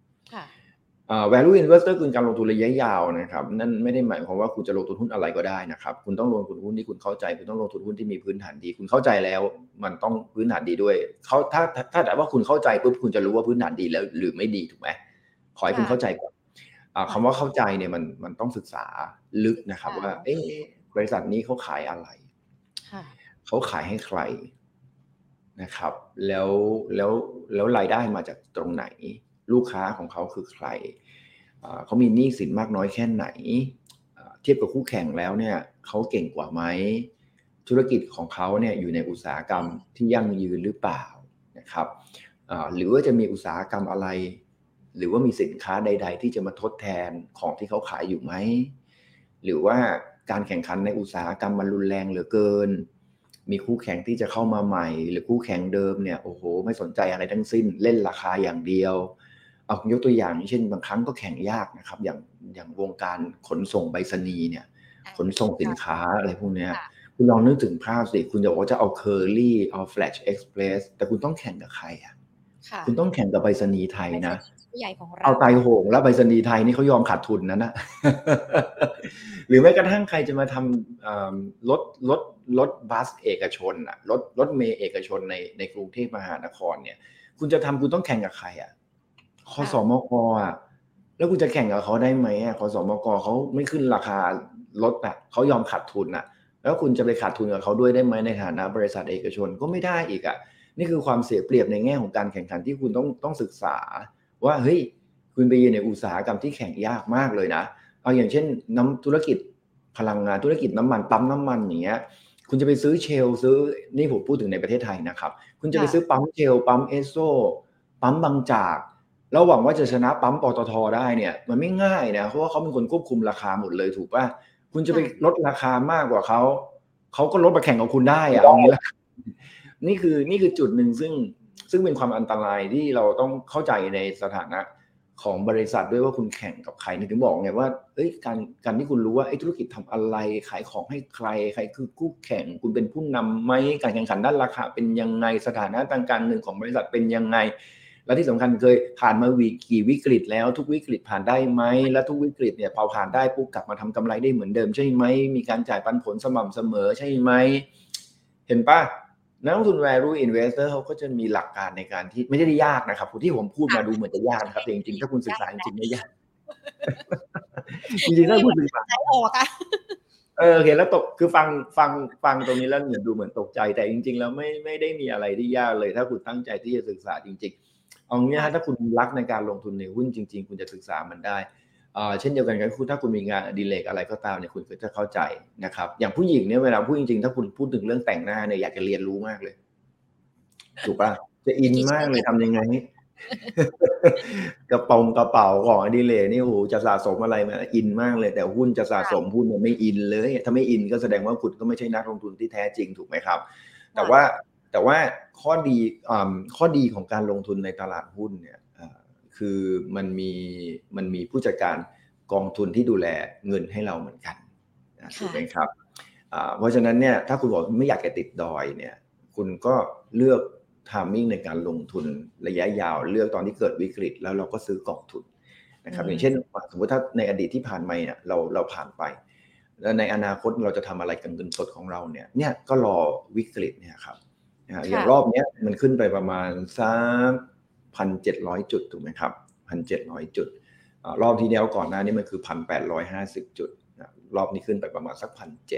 value investor คือการลงทุนระยะยาวนะครับนั่นไม่ได้หมายความว่าคุณจะลงทุนหุ้นอะไรก็ได้นะครับคุณต้องลงทุนหุ้นที่คุณเข้าใจคุณต้องลงทุนหุ้นที่มีพื้นฐานดีคุณเข้าใจแล้วมันต้องพื้นฐานดีด้วยเขาถ้าถ้าแต่ว่าคุณเข้าใจปุ๊บคุณจะรู้ว่าพื้นฐานดีแล้วหรือไม่ดีถูกไหมขอให้คุณเข้าใจก่อนคำว่าเข้าใจเนี่ยมันมันต้องศึกษาลึกนะครับว่าเอ๊ะบริษัทนี้เขาขายอะไรเขาขายให้ใครนะครับแล้วแล้วแล้วรายได้มาจากตรงไหนลูกค้าของเขาคือใครเขามีหนี้สินมากน้อยแค่ไหนเทียบกับคู่แข่งแล้วเนี่ยเขาเก่งกว่าไหมธุรกิจของเขาเนี่ยอยู่ในอุตสาหกรรมที่ยั่งยืนหรือเปล่านะครับหรือว่าจะมีอุตสาหกรรมอะไรหรือว่ามีสินค้าใดๆที่จะมาทดแทนของที่เขาขายอยู่ไหมหรือว่าการแข่งขันในอุตสาหกรรมมันรุนแรงเหลือเกินมีคู่แข่งที่จะเข้ามาใหม่หรือคู่แข่งเดิมเนี่ยโอ้โหไม่สนใจอะไรทั้งสิ้นเล่นราคาอย่างเดียวเอายกตัวอย่างเช่นบางครั้งก็แข่งยากนะครับอย่างอย่างวงการขนส่งไปรษณีย์เนี่ยขนส่งสินค้าอะไรพวกนี้คุณลองนึกถึงภาพสิคุณจะบอกว่าจะเอาเคอรี่เอาแฟลชเอ็กซ์เพรสแต่คุณต้องแข่งกับใครอ่ะคุณต้องแข่งกับไปรษณีย์ไทยนะเอาไตโหงแล้วไปรษณีย์ไทยนี่เขายอมขาดทุนนะนะ หรือแม้กระทั่งใครจะมาทำรถรถรถบัสเอกชนอ่ะรถรถเมล์เอกชนในในกรุงเทพมหานครเนี่ยคุณจะทำคุณต้องแข่งกับใครอ่ะคสมกอ่ะแล้วคุณจะแข่งกับเขาได้ไหมอ่ะคสมกเขาไม่ขึ้นราคารถอ่ะเขายอมขาดทุนอ่ะแล้วคุณจะไปขาดทุนกับเขาด้วยได้ไหมในฐานะบริษัทเอกชนก็ไม่ได้อีกอ่ะนี่คือความเสียเปรียบในแง่ของการแข่งขันที่คุณต้องต้องศึกษาว่าเฮ้ยคุณไปยืนในอุตสาหกรรมที่แข่งยากมากเลยนะเอาอย่างเช่นน้ำธุรกิจพลังงานธุรกิจน้ำมันปั๊มน้ำมันอย่างเงี้ยคุณจะไปซื้อเชลซื้อนี่ผมพูดถึงในประเทศไทยนะครับคุณจะไปซื้อปั๊มเชลปั๊มเอสโซปั๊มบางจากแล้วหวังว่าจะชนะปั๊มปตทได้เนี่ยมันไม่ง่ายนะเพราะว่าเขาเป็นคนควบคุมราคาหมดเลยถูกป่ะคุณจะไปลดราคามากกว่าเขาเขาก็ลดมาแข่งกับคุณได้อะเอางี้ละนี่คือนี่คือจุดหนึ่งซึ่งซึ่งเป็นความอันตรายที่เราต้องเข้าใจในสถานะของบริษัทด้วยว่าคุณแข่งกับใครถึงบอกไงว่าเอ้ยการการที่คุณรู้ว่าไอ้ธุรกิจทำอะไรขายของให้ใครใครคือคู่แข่งคุณเป็นผู้นำไหมการแข่งขันด้านราคาเป็นยังไงสถานะทางการเงินของบริษัทเป็นยังไงและที่สำคัญเคยผ่านมาวิกี่วิกฤตแล้วทุกวิกฤตผ่านได้ไหมและทุกวิกฤตเนี่ยพอผ่านได้ปุ๊บกลับมาทำกำไรได้เหมือนเดิมใช่ไหมมีการจ่ายปันผลสม่ำเสมอใช่ไหมเห็นป่ะนักลงทุน value investor เขาก็จะมีหลักการในการที่ไม่ได้ยากนะครับที่ผมพูดมาดูเหมือนจะยากนะครับแต่จริงๆถ้าคุณศึกษาจริงๆไม่ยากจริงๆถ้าคุณศึกษาออกอะเออเห็นแล้วตกคือฟังฟังฟังตรงนี้แล้วเหมือนดูเหมือนตกใจแต่จริงๆแล้วไม่ไม่ได้มีอะไรที่ยากเลยถ้าคุณตั้งใจที่จะศึกษาจริงๆเอางี้ถ้าคุณรักในการลงทุนในหุ้นจริงๆคุณจะศึกษามันได้เช่นเดียวกันกับคุณถ้าคุณมีงานอดิเรกอะไรก็ตามเนี่ยคุณก็จะเข้าใจนะครับอย่างผู้หญิงเนี่ยเวลาพูดจริงๆถ้าคุณพูดถึงเรื่องแต่งหน้าเนี่ยอยากจะเรียนรู้มากเลยถูกป่ะจะอินมากเลยทำยังไงกระโปรงกระเป๋าของอดิเรกนี่โอ้โหจะสะสมอะไรมาอินมากเลยแต่หุ้นจะสะสมหุ้นเนี่ยไม่อินเลยถ้าไม่อินก็แสดงว่าคุณก็ไม่ใช่นักลงทุนที่แท้จริงถูกไหมครับแต่ว่าแต่ว่าข้อดีข้อดีของการลงทุนในตลาดหุ้นเนี่ยคือมันมีมันมีผู้จัดการกองทุนที่ดูแลเงินให้เราเหมือนกันถูกไหมครับเพราะฉะนั้นเนี่ยถ้าคุณบอกไม่อยากจะติดดอยเนี่ยคุณก็เลือกไทมิ่งในการลงทุนระยะยาวเลือกตอนที่เกิดวิกฤตแล้วเราก็ซื้อกองทุนนะครับอย่างเช่นสมมติถ้าในอดีตที่ผ่านมาเนี่ยเราเราผ่านไปแล้วในอนาคตเราจะทำอะไรกับเงินสดของเราเนี่ยเนี่ยก็รอวิกฤตเนี่ยครับอย่างรอบนี้มันขึ้นไปประมาณสักพันเจ็ดร้อยจุดถูกไหมครับพันเจ็ดร้อยจุดรอบที่แล้วก่อนหน้านี้มันคือพันแปดร้อยห้าสิบจุดรอบนี้ขึ้นไปประมาณสักพันเจ็ด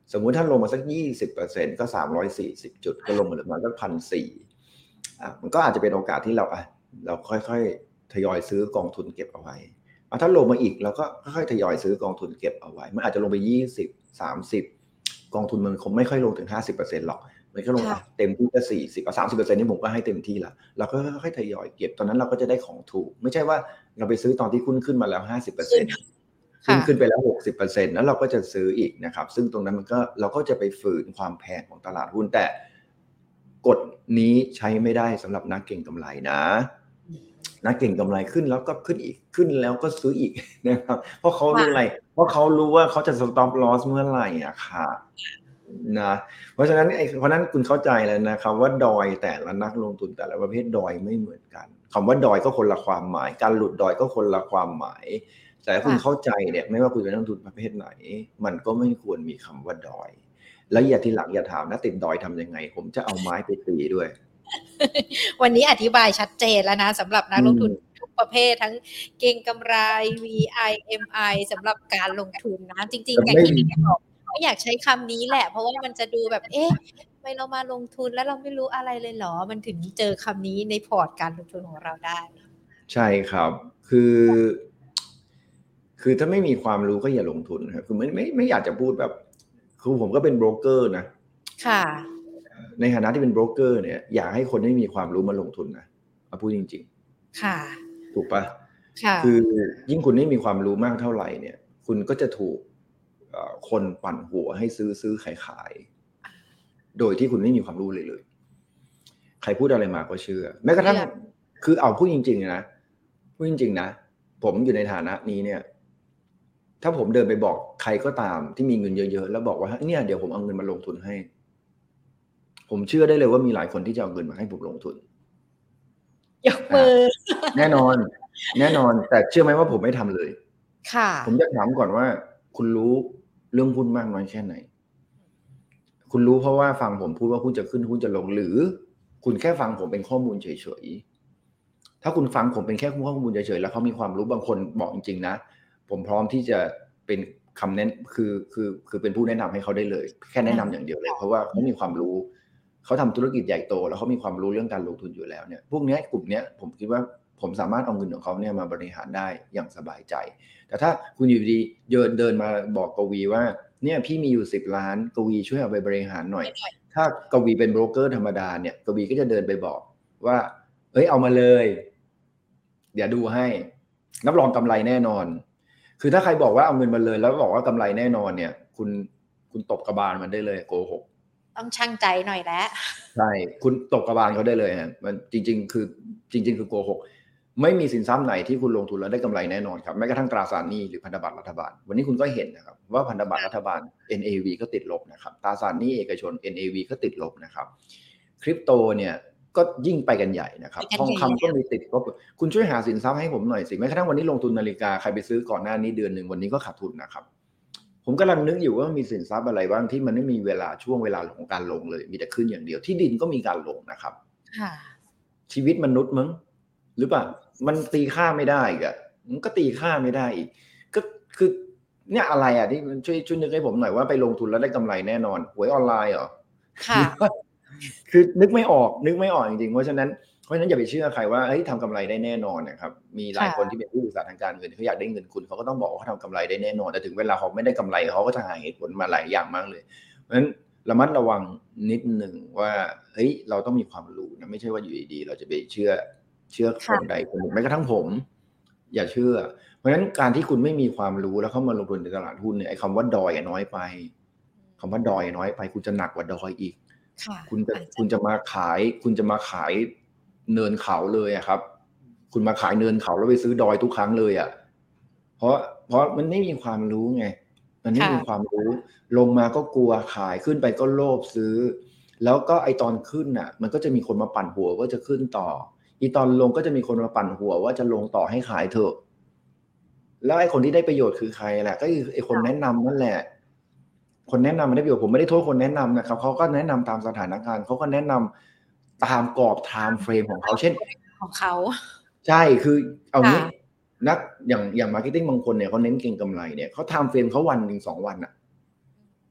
สมมุติถ้าลงมาสัก ยี่สิบเปอร์เซ็นต์ ก็สามร้อยสี่สิบจุดก็ลงมาเหลือประมาณสัก หนึ่งพันสี่ร้อย อ่ะมันก็อาจจะเป็นโอกาสที่เราอ่ะเราค่อยๆทยอยซื้อกองทุนเก็บเอาไว้ถ้าลงมาอีกเราก็ค่อยๆทยอยซื้อกองทุนเก็บเอาไว้มันอาจจะลงไปยี่สิบ สามสิบกองทุนมันคงไม่ค่อยลงถึง ห้าสิบเปอร์เซ็นต์ หรอกมันก็ลงเต็มที่ก็สี่สิบเอา สามสิบเปอร์เซ็นต์ นี่ผมก็ให้เต็มที่ละเราก็ค่อยๆทยอยเก็บตอนนั้นเราก็จะได้ของถูกไม่ใช่ว่าเราไปซื้อตอนที่หุ้นขึ้นมาแล้ว ห้าสิบเปอร์เซ็นต์ ขึ้นขึ้นไปแล้ว หกสิบเปอร์เซ็นต์ แล้วเราก็จะซื้ออีกนะครับซึ่งตรงนั้นมันก็เราก็จะไปฝืนความแพงของตลาดหุ้นแต่กฎนี้ใช้ไม่ได้สำหรับนักเก็งกำไรนะนักเก็งกำไรขึ้นแล้วก็ขึ้นอีกขึ้นแล้วก็ซื้ออีกนะครับเพราะเขารู้อะไรเพราะเขารู้ว่าเขาจะ stop loss เมื่อไหร่อะค่ะนะเพราะฉะนั้นไอ้เพราะนั้นคุณเข้าใจแล้วนะครับว่าดอยแต่ละนักลงทุนแต่ละประเภทดอยไม่เหมือนกันคำว่าดอยก็คนละความหมายการหลุดดอยก็คนละความหมายแต่คุณเข้าใจเนี่ยไม่ว่าคุณเป็นนักลงทุนประเภทไหนมันก็ไม่ควรมีคำว่าดอยแล้วอย่าทีหลังอย่าถามนะติดดอยทำยังไงผมจะเอาไม้ไปตีด้วยวันนี้อธิบายชัดเจนแล้วนะสำหรับนักลงทุนทุกประเภททั้งเก็งกำไร วี ไอ เอ็ม ไอ สำหรับการลงทุนนะจริงๆอย่างที่พี่บอกก็อยากใช้คำนี้แหละเพราะว่ามันจะดูแบบเอ๊ะทำไมเรามาลงทุนแล้วเราไม่รู้อะไรเลยเหรอมันถึงเจอคำนี้ในพอร์ตการลงทุนของเราได้ใช่ครับคือคือถ้าไม่มีความรู้ก็อย่าลงทุนครับคือไม่ไม่ไม่อยากจะพูดแบบคือผมก็เป็นโบรกเกอร์นะค่ะในฐานะที่เป็นโบรกเกอร์เนี่ยอยากให้คนที่มีความรู้มาลงทุนนะเอาพูดจริงๆค่ะถูกปะค่ะคือยิ่งคุณไม่มีความรู้มากเท่าไหร่เนี่ยคุณก็จะถูกคนปั่นหัวให้ซื้อซื้อขายขายโดยที่คุณไม่มีความรู้เลยเลยใครพูดอะไรมาก็เชื่อแม้กระทั่งคือเอาพูดจริงๆนะพูดจริงๆนะผมอยู่ในฐานะนี้เนี่ยถ้าผมเดินไปบอกใครก็ตามที่มีเงินเยอะๆแล้วบอกว่าเนี่ยเดี๋ยวผมเอาเงินมาลงทุนให้ผมเชื่อได้เลยว่ามีหลายคนที่จะเอาเงินมาให้ผมลงทุนยกมือแน่นอนแน่นอนแต่เชื่อไหมว่าผมไม่ทำเลยค่ะผมจะถามก่อนว่าคุณรู้เรื่องหุ้นมากน้อยแค่ไหนคุณรู้เพราะว่าฟังผมพูดว่าหุ้นจะขึ้นหุ้นจะลงหรือคุณแค่ฟังผมเป็นข้อมูลเฉยๆถ้าคุณฟังผมเป็นแค่ข้อมูลเฉยๆแล้วเขามีความรู้บางคนบอกจริงๆนะผมพร้อมที่จะเป็นคำแนะคือคือคือเป็นผู้แนะนำให้เขาได้เลยแค่แนะนำอย่างเดียวเลยเพราะว่าเขามีความรู้เขาทำธุรกิจใหญ่โตแล้วเขามีความรู้เรื่องการลงทุนอยู่แล้วเนี่ยพวกนี้กลุ่มนี้ผมคิดว่าผมสามารถเอาเงินของเขาเนี่ยมาบริหารได้อย่างสบายใจแต่ถ้าคุณอยู่ดีเดินเดินมาบอกกวีว่าเนี่ยพี่มีอยู่สิบล้านกวีช่วยเอาไปบริหารหน่อยถ้ากวีเป็นโบรกเกอร์ธรรมดาเนี่ยกวีก็จะเดินไปบอกว่าเอ้ยเอามาเลยเดี๋ยวดูให้รับรองกำไรแน่นอนคือถ้าใครบอกว่าเอาเงินมาเลยแล้วบอกว่ากำไรแน่นอนเนี่ยคุณคุณตบกระบาลมันได้เลยโกหกต้องชั่งใจหน่อยแล้วใช่คุณตบกระบาลเขาได้เลยฮะมันจริงๆคือจริงๆคือโกหกไม่มีสินทรัพย์ไหนที่คุณลงทุนแล้วได้กำไรแน่นอนครับแม้กระทั่งตราสารหนี้หรือพันธบัตรรัฐบาลวันนี้คุณก็เห็นนะครับว่าพันธบัตรรัฐบาล เอ็น เอ วี ก็ติดลบนะครับตราสารหนี้เอกชน เอ็น เอ วี ก็ติดลบนะครับคริปโตเนี่ยก็ยิ่งไปกันใหญ่นะครับทองคำก็มีติดลบคุณช่วยหาสินทรัพย์ให้ผมหน่อยสิแม้กระทั่งวันนี้ลงทุนนาฬิกาใครไปซื้อก่อนหน้านี้เดือนนึงวันนี้ก็ขาดทุนนะครับผมกำลังนึกอยู่ว่ามีสินทรัพย์อะไรบ้างที่มันไม่มีเวลาช่วงเวลาของการลงเลยมีแต่ขึ้นอย่างเดียวที่ดินก็มีการลงนะครับชีวิตมนุษย์มั้งหรือเปล่ามันตีค่าไม่ได้อีกอ่ะมันก็ตีค่าไม่ได้อีกก็คือเนี่ยอะไรอ่ะที่ช่วยช่วยนึกให้ผมหน่อยว่าไปลงทุนแล้วได้กำไรแน่นอนหวยออนไลน์เหรอค่ะคือนึกไม่ออกนึกไม่ออกจริงๆเพราะฉะนั้นเพราะฉะนั้นอย่าไปเชื่อใครว่าเฮ้ยทำกำไรได้แน่นอนนะครับมีหลายคนที่เป็นผู้ศึกษาทางการเงินเขาอยากได้เงินคุณเขาก็ต้องบอกว่าเขาทำกำไรได้แน่นอนแต่ถึงเวลาเขาไม่ได้กำไรเขาก็จะหาเหตุผลมาหลายอย่างมากเลยเพราะฉะนั้นระมัดระวังนิดนึงว่าเฮ้ยเราต้องมีความรู้นะไม่ใช่ว่าอยู่ดีๆเราจะไปเชื่อเชื่อคนใดคนหนึ่งแม้กระทั่งผมอย่าเชื่อเพราะฉะนั้นการที่คุณไม่มีความรู้แล้วเข้ามาลงทุนในตลาดหุ้นเนี่ยไอ้คำว่าดอยน้อยไปคำว่าดอยน้อยไปคุณจะหนักกว่าดอยอีกคุณจะคุณจะมาขายคุณจะมาขายเนินเขาเลยอะครับคุณมาขายเนินเขาแล้วไปซื้อดอยทุกครั้งเลยอะเพราะเพราะมันไม่มีความรู้ไงมันไม่มีความรู้ลงมาก็กลัวขายขึ้นไปก็โลภซื้อแล้วก็ไอตอนขึ้นน่ะมันก็จะมีคนมาปั่นหัวว่าจะขึ้นต่ออีตอนลงก็จะมีคนมาปั่นหัวว่าจะลงต่อให้ขายเถอะแล้วไอคนที่ได้ประโยชน์คือใครแหละก็คือไอคนแนะนำนั่นแหละคนแนะนำมันได้ประโยชน์ผมไม่ได้โทษคนแนะนำนะครับเขาก็แนะนำตามสถานการณ์เขาก็แนะนำตามกรอบ time frame ของเขาเช่นของเขาใช่คือเอางี้นักอย่างอย่างมาร์เก็ตติ้งบางคนเนี่ยเขาเน้นเก็งกำไรเนี่ยเขา time frame เขาวันหนึ่งสองวันอ่ะเข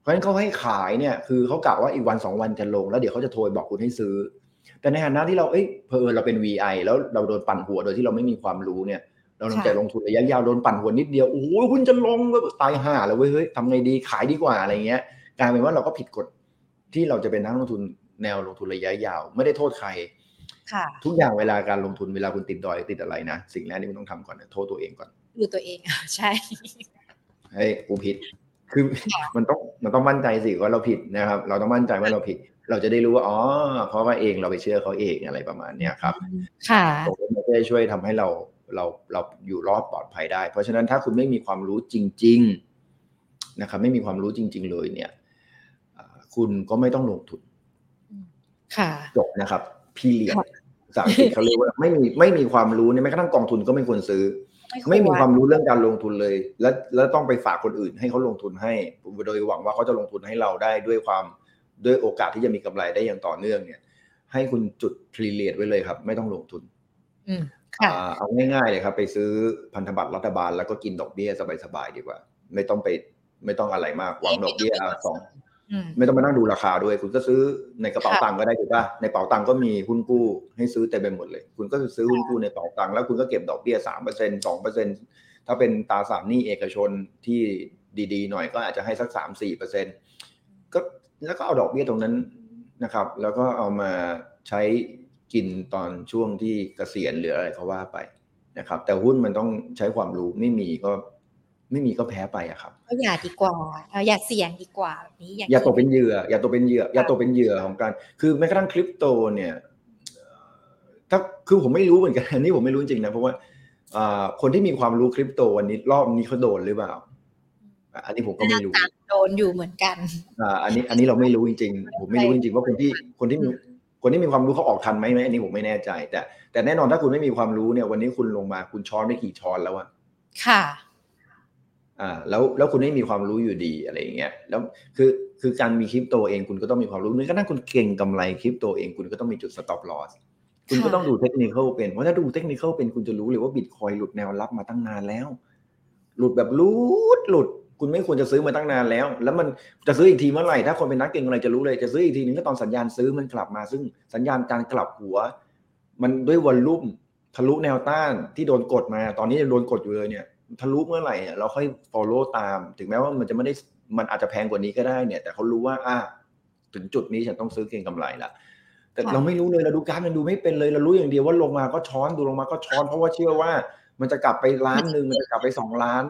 ราะฉะนั้นเขาให้ขายเนี่ยคือเขากะว่าอีกวันสองวันจะลงแล้วเดี๋ยวเขาจะโทรบอกคุณให้ซื้อแต่ในฐานะที่เราเอ้ยเพอเราเป็น วี ไอ แล้วเราโดนปั่นหัวโดยที่เราไม่มีความรู้เนี่ยเราลงใจลงทุนระยะยาวโดนปั่นหัวนิดเดียวโอ้โหหุ้นจะลงก็ตายห่าแล้วเว้ยเฮ้ยทำไงดีขายดีกว่าอะไรเงี้ยกลายเป็นว่าเราก็ผิดกฎที่เราจะเป็นนักลงทุนแนวลงทุนระยะยาวไม่ได้โทษใครทุกอย่างเวลาการลงทุนเวลาคุณติดดอยติดอะไรนะสิ่งแรกที่คุณต้องทำก่อนโทษตัวเองก่อนดูตัวเองใช่เฮ้ยกูผิดคือมันต้องมันต้องมั่นใจสิว่าเราผิดนะครับเราต้องมั่นใจว่าเราผิดเราจะได้รู้ว่าอ๋อเพราะว่าเองเราไปเชื่อเขาเองอะไรประมาณนี้ครับค่ะตรงนี้มันจะช่วยทำให้เราเราเราอยู่รอดปลอดภัยได้เพราะฉะนั้นถ้าคุณไม่มีความรู้จริงๆนะครับไม่มีความรู้จริงๆเลยเนี่ยคุณก็ไม่ต้องลงทุนค่ะจบนะครับพี่เลี้ยงภาษาอังกฤษเขาเรียกว่าไม่มีไม่มีความรู้เนี่ยแม้กระทั่งกองทุนก็ไม่ควรซื้อไม่มีความรู้เรื่องการลงทุนเลยแล้วแล้วต้องไปฝากคนอื่นให้เขาลงทุนให้โดยหวังว่าเขาจะลงทุนให้เราได้ด้วยความด้วยโอกาสที่จะมีกำไรได้อย่างต่อเนื่องเนี่ยให้คุณจุดพรีเลียดไว้เลยครับไม่ต้องลงทุนเอาง่ายๆเลยครับไปซื้อพันธบัตรรัฐบาลแล้วก็กินดอกเบี้ยสบายๆดีกว่าไม่ต้องไปไม่ต้องอะไรมากหวังดอกเบี้ยสองไม่ต้องมานั่งดูราคาด้วยคุณก็ซื้อในกระเป๋าตังค์ก็ได้ถูกป่ะในกระเป๋าตังค์ก็มีหุ้นกู้ให้ซื้อเต็มไปหมดเลยคุณก็ซื้อหุ้นกู้ในกระเป๋าตังค์แล้วคุณก็เก็บดอกเบี้ย สามเปอร์เซ็นต์ สองเปอร์เซ็นต์ ถ้าเป็นตราสารหนี้เอกชนที่ดีๆหน่อยก็อาจจะให้สัก สามถึงสี่เปอร์เซ็นต์ ก็แล้วก็เอาดอกเบี้ยตรงนั้นนะครับแล้วก็เอามาใช้กินตอนช่วงที่เกษียณหรืออะไรก็ว่าไปนะครับแต่หุ้นมันต้องใช้ความรู้ไม่มีก็ไม่มีก็แพ้ไปอะครับก็อย่าดีกว่าอย่าเสี่ยงดีกว่าแบบนี้อย่าตกเป็นเหยื่ออย่าตกเป็นเหยื่ออย่าตกเป็นเหยื่อของการคือแม้กระทั่งคริปโตเนี่ยถ้าคือผมไม่รู้เหมือนกันอันนี้ผมไม่รู้จริงนะเพราะว่าคนที่มีความรู้คริปโตวันนี้รอบนี้เขาโดนหรือเปล่าอันนี้ผมก็ไม่รู้โดนอยู่เหมือนกันอ่าอันนี้อันนี้เราไม่รู้จริงๆผมไม่รู้จริงๆว่าคนที่คนที่มีคนที่มีความรู้เขาออกทันไหมอันนี้ผมไม่แน่ใจแต่แต่แน่นอนถ้าคุณไม่มีความรู้เนี่ยวันนี้คุณลงมาคุณช้อนได้กี่ช้อนแล้วอะค่ะอ่าแล้วแล้วคุณไม่มีความรู้อยู่ดีอะไรอย่างเงี้ยแล้วคือคือการมีคริปโตเองคุณก็ต้องมีความรู้นึกก็นั่งคุณเก่งกำไรคริปโตเองคุณก็ต้องมีจุด stop loss คุณก็ต้องดูเทคนิคเป็นเพราะถ้าดูเทคนิคเป็นคุณจะรู้เลยว่าบิตคอยน์หลุดแนวรับมาตั้งนานแล้วหลุดแบบหลุดหลุดคุณไม่ควรจะซื้อมาตั้งนานแล้วแล้วมันจะซื้ออีกทีเมื่อไหร่ถ้าคนเป็นนักเก็งอะไรจะรู้เลยจะซื้ออีกทีนึงก็ตอนสัญญาณซื้อมันกลับมาซึ่งสัญญาณการกลับหัวมันด้วยวอลลุ่มทะลุแนวต้านที่โดนกดมาตอนนี้ยังโดนกดอยู่เลยเนี่ยทะลุเมื่อไหร่เราค่อย follow ตามถึงแม้ว่ามันจะไม่ได้มันอาจจะแพงกว่านี้ก็ได้เนี่ยแต่เขารู้ว่าอ่ะถึงจุดนี้ฉันต้องซื้อเก็งกำไรละแต่เราไม่รู้เลยเราดูกราฟยังดูไม่เป็นเลยเรารู้อย่างเดียวว่าลงมาก็ช้อนดูลงมาก็ช้อนเพราะว่าเชื่อว่ามันจะกลับไปล้านนึงมันจะกลับไปสองล้าน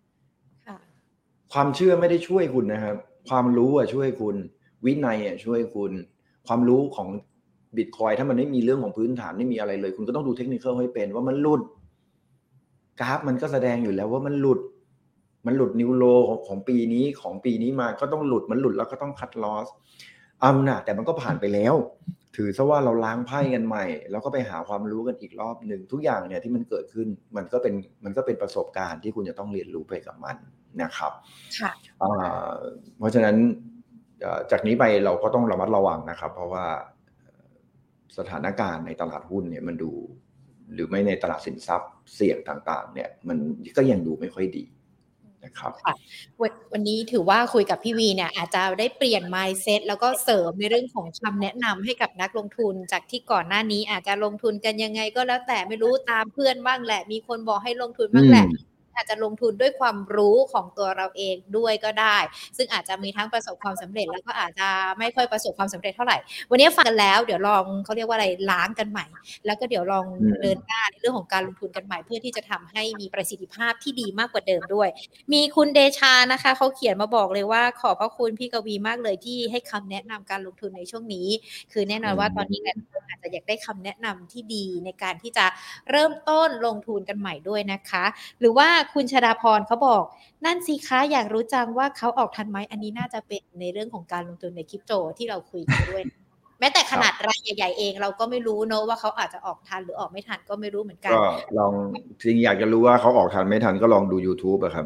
ความเชื่อไม่ได้ช่วยคุณนะครับความรู้อ่ะช่วยคุณวินัยอ่ะช่วยคุณความรู้ของบิตคอยถ้ามันไม่มีเรื่องของพื้นฐานไม่มีอะไรเลยคุณก็ต้องดูเทคนิคให้เป็นว่ามันหลุดกราฟมันก็แสดงอยู่แล้วว่ามันหลุดมันหลุดนิวโลของของปีนี้ของปีนี้มาก็ต้องหลุดมันหลุดแล้วก็ต้องคัทลอสเอานะแต่มันก็ผ่านไปแล้วถือซะว่าเราล้างไพ่กันใหม่แล้วก็ไปหาความรู้กันอีกรอบหนึ่งทุกอย่างเนี่ยที่มันเกิดขึ้นมันก็เป็นมันก็เป็นประสบการณ์ที่คุณจะต้องเรียนรู้ไปกับมันนะครับค่ะเพราะฉะนั้นจากนี้ไปเราก็ต้องระมัดระวังนะครับเพราะว่าสถานการณ์ในตลาดหุ้นเนี่ยมันดูหรือไม่ในตลาดสินทรัพย์เสี่ยงต่างๆเนี่ยมันก็ยังดูไม่ค่อยดีนะครับวันนี้ถือว่าคุยกับพี่วีเนี่ยอาจจะได้เปลี่ยน mindset แล้วก็เสริมในเรื่องของคำแนะนำให้กับนักลงทุนจากที่ก่อนหน้านี้อาจจะลงทุนกันยังไงก็แล้วแต่ไม่รู้ตามเพื่อนบ้างแหละมีคนบอกให้ลงทุนบ้างแหละอาจจะลงทุนด้วยความรู้ของตัวเราเองด้วยก็ได้ซึ่งอาจจะมีทั้งประสบความสำเร็จแล้วก็อาจจะไม่ค่อยประสบความสำเร็จเท่าไหร่วันนี้ฟังกันแล้วเดี๋ยวลองเขาเรียกว่าอะไรล้างกันใหม่แล้วก็เดี๋ยวลองเดินหน้าในเรื่องของการลงทุนกันใหม่เพื่อที่จะทำให้มีประสิทธิภาพที่ดีมากกว่าเดิมด้วยมีคุณเดชานะคะเขาเขียนมาบอกเลยว่าขอบพระคุณพี่กวีมากเลยที่ให้คำแนะนำการลงทุนในช่วงนี้คือแน่นอนว่าตอนนี้หลายคนอาจจะอยากได้คำแนะนำที่ดีในการที่จะเริ่มต้นลงทุนกันใหม่ด้วยนะคะหรือว่าคุณชดาพรเขาบอกนั่นสิคะอยากรู้จังว่าเขาออกทันไหมอันนี้น่าจะเป็นในเรื่องของการลงทุนในคริปโตที่เราคุยกันด้วยแม้แต่ขนาดรายใหญ่ๆเองเราก็ไม่รู้เนอะว่าเขาอาจจะออกทันหรือออกไม่ทันก็ไม่รู้เหมือนกันก็ลองจริงอยากจะรู้ว่าเขาออกทันไม่ทันก็ลองดู YouTube อะครับ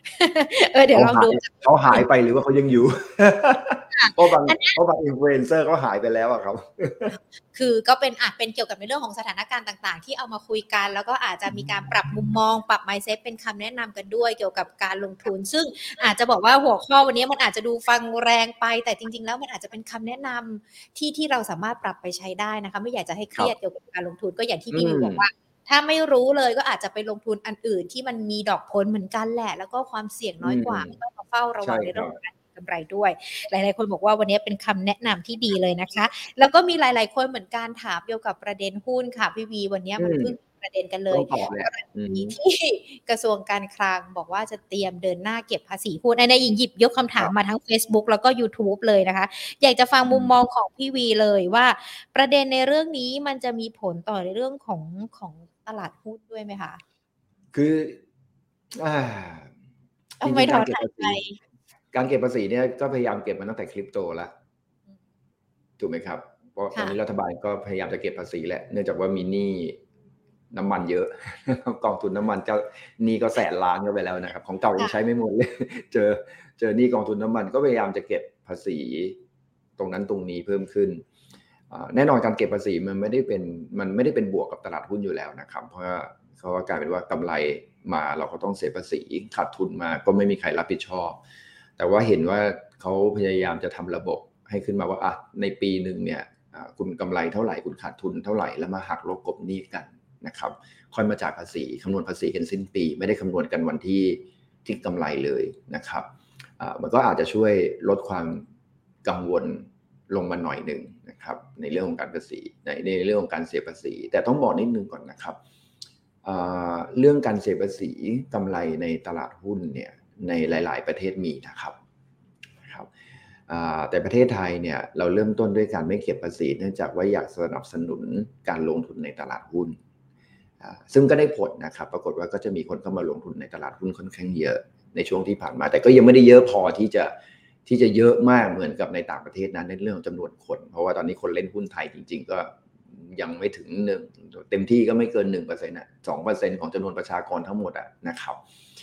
เออเดี๋ยวลองดูเขาหายไปหรือว่าเขายังอยู่เพราะบางเพราะบางอินฟลูเอนเซอร์เขาหายไปแล้วอะครับคือก็เป็นอาจเป็นเกี่ยวกับในเรื่องของสถานการณ์ต่างๆที่เอามาคุยกันแล้วก็อาจจะมีการปรับมุมมองปรับ mindset เป็นคำแนะนำกันด้วยเกี่ยวกับการลงทุนซึ่งอาจจะบอกว่าหัวข้อวันนี้มันอาจจะดูฟังแรงไปแต่จริงๆแล้วมันอาจจะเป็นคำแนะนำที่ที่เราสามารถปรับไปใช้ได้นะคะไม่อยากจะให้เครียดเกี่ยวกับการลงทุนก็อย่างที่พี่วิวบอกว่าถ้าไม่รู้เลยก็อาจจะไปลงทุนอันอื่นที่มันมีดอกผลเหมือนกันแหละแล้วก็ความเสี่ยงน้อยกว่าก็ต้องเฝ้าระวังในเรื่องของการกำไรด้วยหลายๆคนบอกว่าวันนี้เป็นคำแนะนำที่ดีเลยนะคะแล้วก็มีหลายๆคนเหมือนกันถามเกี่ยวกับประเด็นหุ้นค่ะพี่วีวันนี้มันเพิ่งประเด็นกันเลยที่กระทรวงการคลังบอกว่าจะเตรียมเดินหน้าเก็บภาษีหุ้นในหญิงหยิบยกคำถามมาทั้ง Facebook แล้วก็ YouTube เลยนะคะอยากจะฟังมุมมองของพี่วีเลยว่าประเด็นในเรื่องนี้มันจะมีผลต่อในเรื่องของของตลาดหุ้นด้วยไหมคะคืออ่าจริงๆการเก็บภาษีการเก็บภาษีเนี่ยก็พยายามเก็บมาตั้งแต่คริปโตแล้วถูกไหมครับเพราะตอนนี้รัฐบาลก็พยายามจะเก็บภาษีแหละเนื่องจากว่ามีหนี้น้ำมันเยอะกองทุนน้ำมันก็หนี้ก็แสนล้านก็ไปแล้วนะครับของเก่ายังใช้ไม่หมดเลยเจอเจอหนี้กองทุนน้ำมันก็พยายามจะเก็บภาษีตรงนั้นตรงนี้เพิ่มขึ้นแน่นอนการเก็บภาษีมันไม่ได้เป็นมันไม่ได้เป็นบวกกับตลาดหุ้นอยู่แล้วนะครับเพราะว่าเขาก็กลายเป็นว่ากำไรมาเราก็ต้องเสียภาษีขาดทุนมาก็ไม่มีใครรับผิดชอบแต่ว่าเห็นว่าเขาพยายามจะทำระบบให้ขึ้นมาว่าอ่ะในปีหนึ่งเนี่ยคุณกำไรเท่าไหร่คุณขาดทุนเท่าไหร่แล้วมาหักลบกบหนี้กันนะครับค่อยมาจ่ายภาษีคำนวณภาษีกันสิ้นปีไม่ได้คำนวณกันวันที่ที่กำไรเลยนะครับมันก็อาจจะช่วยลดความกังวลลงมาหน่อยหนึ่งนะครับในเรื่องของการภาษีในในเรื่องของการเสียภาษีแต่ต้องบอกนิดนึงก่อนนะครับเรื่องการเสียภาษีกำไรในตลาดหุ้นเนี่ยในหลายๆประเทศมีนะครับแต่ประเทศไทยเนี่ยเราเริ่มต้นด้วยการไม่เก็บภาษีเนื่องจากว่าอยากสนับสนุนการลงทุนในตลาดหุ้นซึ่งก็ได้ผลนะครับปรากฏว่าก็จะมีคนเข้ามาลงทุนในตลาดหุ้นค่อนข้างเยอะในช่วงที่ผ่านมาแต่ก็ยังไม่ได้เยอะพอที่จะที่จะเยอะมากเหมือนกับในต่างประเทศนั้นในเรื่องของจำนวนคนเพราะว่าตอนนี้คนเล่นหุ้นไทยจริงๆก็ยังไม่ถึงหนึ่งเต็มที่ก็ไม่เกิน หนึ่งเปอร์เซ็นต์ อ่ะ สองเปอร์เซ็นต์ ของจำนวนประชากรทั้งหมดอ่ะนะครับ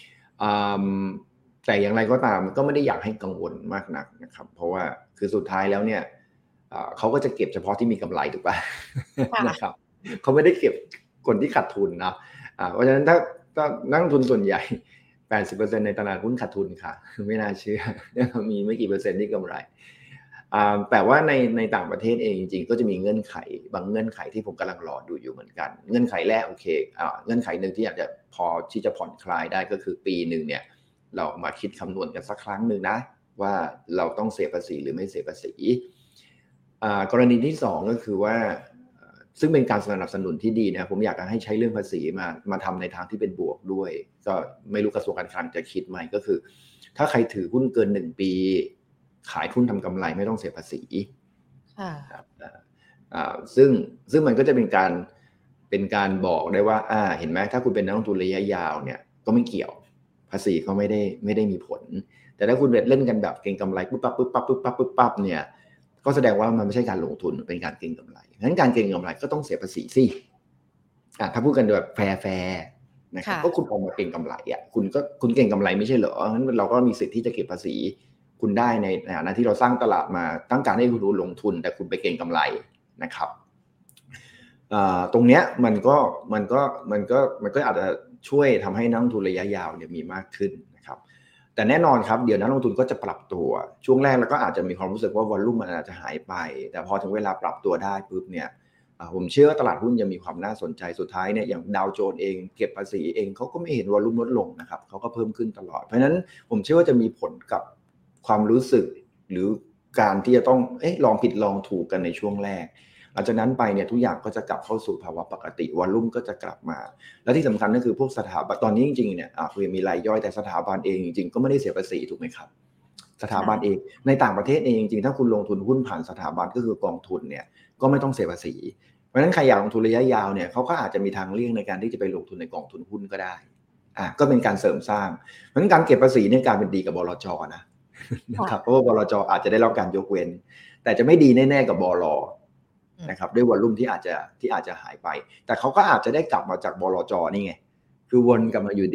แต่อย่างไรก็ตามก็ไม่ได้อยากให้กังวลมากนักนะครับเพราะว่าคือสุดท้ายแล้วเนี่ยเขาก็จะเก็บเฉพาะที่มีกำไรถูกป่ะนะครับเขาไม่ได้เก็บคนที่ขาดทุนนะเพราะฉะนั้นถ้าถ้านักลงทุนส่วนใหญ่ แปดสิบเปอร์เซ็นต์ ในตลาดหุ้นขาดทุนค่ะไม่น่าเชื่อมีไม่กี่เปอร์เซ็นต์ที่กำไรแต่ว่าในในต่างประเทศเองจริงๆก็จะมีเงื่อนไขบางเงื่อนไขที่ผมกำลังรอดูอยู่เหมือนกันเงื่อนไขแรกโอเคเงื่อนไขหนึ่งที่อยากจะพอที่จะผ่อนคลายได้ก็คือปีนึงเนี่ยเรามาคิดคำนวณกันสักครั้งหนึ่งนะว่าเราต้องเสียภาษีหรือไม่เสียภาษีกรณีที่สองก็คือว่าซึ่งเป็นการสนับสนุนที่ดีนะผมอยากให้ใช้เรื่องภาษีมามาทำในทางที่เป็นบวกด้วยก็ไม่รู้กระทรวงการคลังจะคิดไหมก็คือถ้าใครถือหุ้นเกินหนึ่งปีขายหุ้นทำกำไรไม่ต้องเสียภาษีครับซึ่งซึ่งมันก็จะเป็นการเป็นการบอกได้ว่าอ่าเห็นไหมถ้าคุณเป็นนักลงทุนระยะยาวเนี่ยก็ไม่เกี่ยวภาษีก็ไม่ได้ไม่ได้มีผลแต่ถ้าคุณเล่นกันแบบเก็งกำไรปุ๊บปั๊บปุ๊บปั๊บปุ๊บปั๊บปุ๊บปั๊บเนี่ยก็แสดงว่ามันไม่ใช่การลงทุนเป็นการเก็งกำไรงั้นการเก็งกำไรก็ต้องเสียภาษีสิอ่ะถ้าพูดกันแบบแฟร์แฟร์นะครับก็คุณออกมาเก็งกำไรอ่ะคุณก็คุณเก็งกำไรไม่ใช่เหรองั้นเราก็มีสิทธิ์ที่จะเก็บภาษีคุณได้ในฐานะที่เราสร้างตลาดมาตั้งการให้คุณลงทุนแต่คุณไปเก็งกำไรนะครับตรงเนี้ยมันก็มันก็มันก็มันก็อาจจะช่วยทำให้นักลงทุนระยะยาวเนี่ยมีมากขึ้นนะครับแต่แน่นอนครับเดี๋ยวนักลงทุนก็จะปรับตัวช่วงแรกแล้วก็อาจจะมีความรู้สึกว่าวอลลุ่มมันอาจจะหายไปแต่พอถึงเวลาปรับตัวได้ปุ๊บเนี่ยผมเชื่อว่าตลาดหุ้นยังมีความน่าสนใจสุดท้ายเนี่ยอย่างดาวโจนส์เองเก็บภาษีเองเขาก็ไม่เห็นวอลลุ่มลดลงนะครับเขาก็เพิ่มขึ้นตลอดเพราะฉะนั้นผมเชื่อว่าจะมีผลกับความรู้สึกหรือการที่จะต้องเอ๊ะลองผิดลองถูกกันในช่วงแรกหลังจากนั้นไปเนี่ยทุกอย่างก็จะกลับเข้าสู่ภาวะปกติวอลลุ่มก็จะกลับมาและที่สำคัญก็คือพวกสถาบันตอนนี้จริงๆเนี่ยอ่ะคือมีรายย่อยแต่สถาบันเองจริงๆก็ไม่ได้เสียภาษีถูกไหมครับสถาบันเองในต่างประเทศเองจริงๆถ้าคุณลงทุนหุ้นผ่านสถาบันก็คือกองทุนเนี่ยก็ไม่ต้องเสียภาษีเพราะฉะนั้นใครอยากลงทุนระยะยาวเนี่ยเขาก็อาจจะมีทางเลี่ยงในการที่จะไปลงทุนในกองทุนหุ้นก็ได้อ่ะก็เป็นการเสริมสร้างเพราะฉะนั้นการเก็บภาษีเนี่ยกลายเป็นดีกับบลจ.นะนะครับเพราะว่าบลจ.อาจจะได้รับการยกเว้นแต่จะไม่ดีแน่ๆกับบล.นะครับด้วยวอลลุ่มที่อาจจะที่อาจจะหายไปแต่เขาก็อาจจะได้กลับมาจากบลจ.นี่ไงคือวนกลับมาอยู่ดี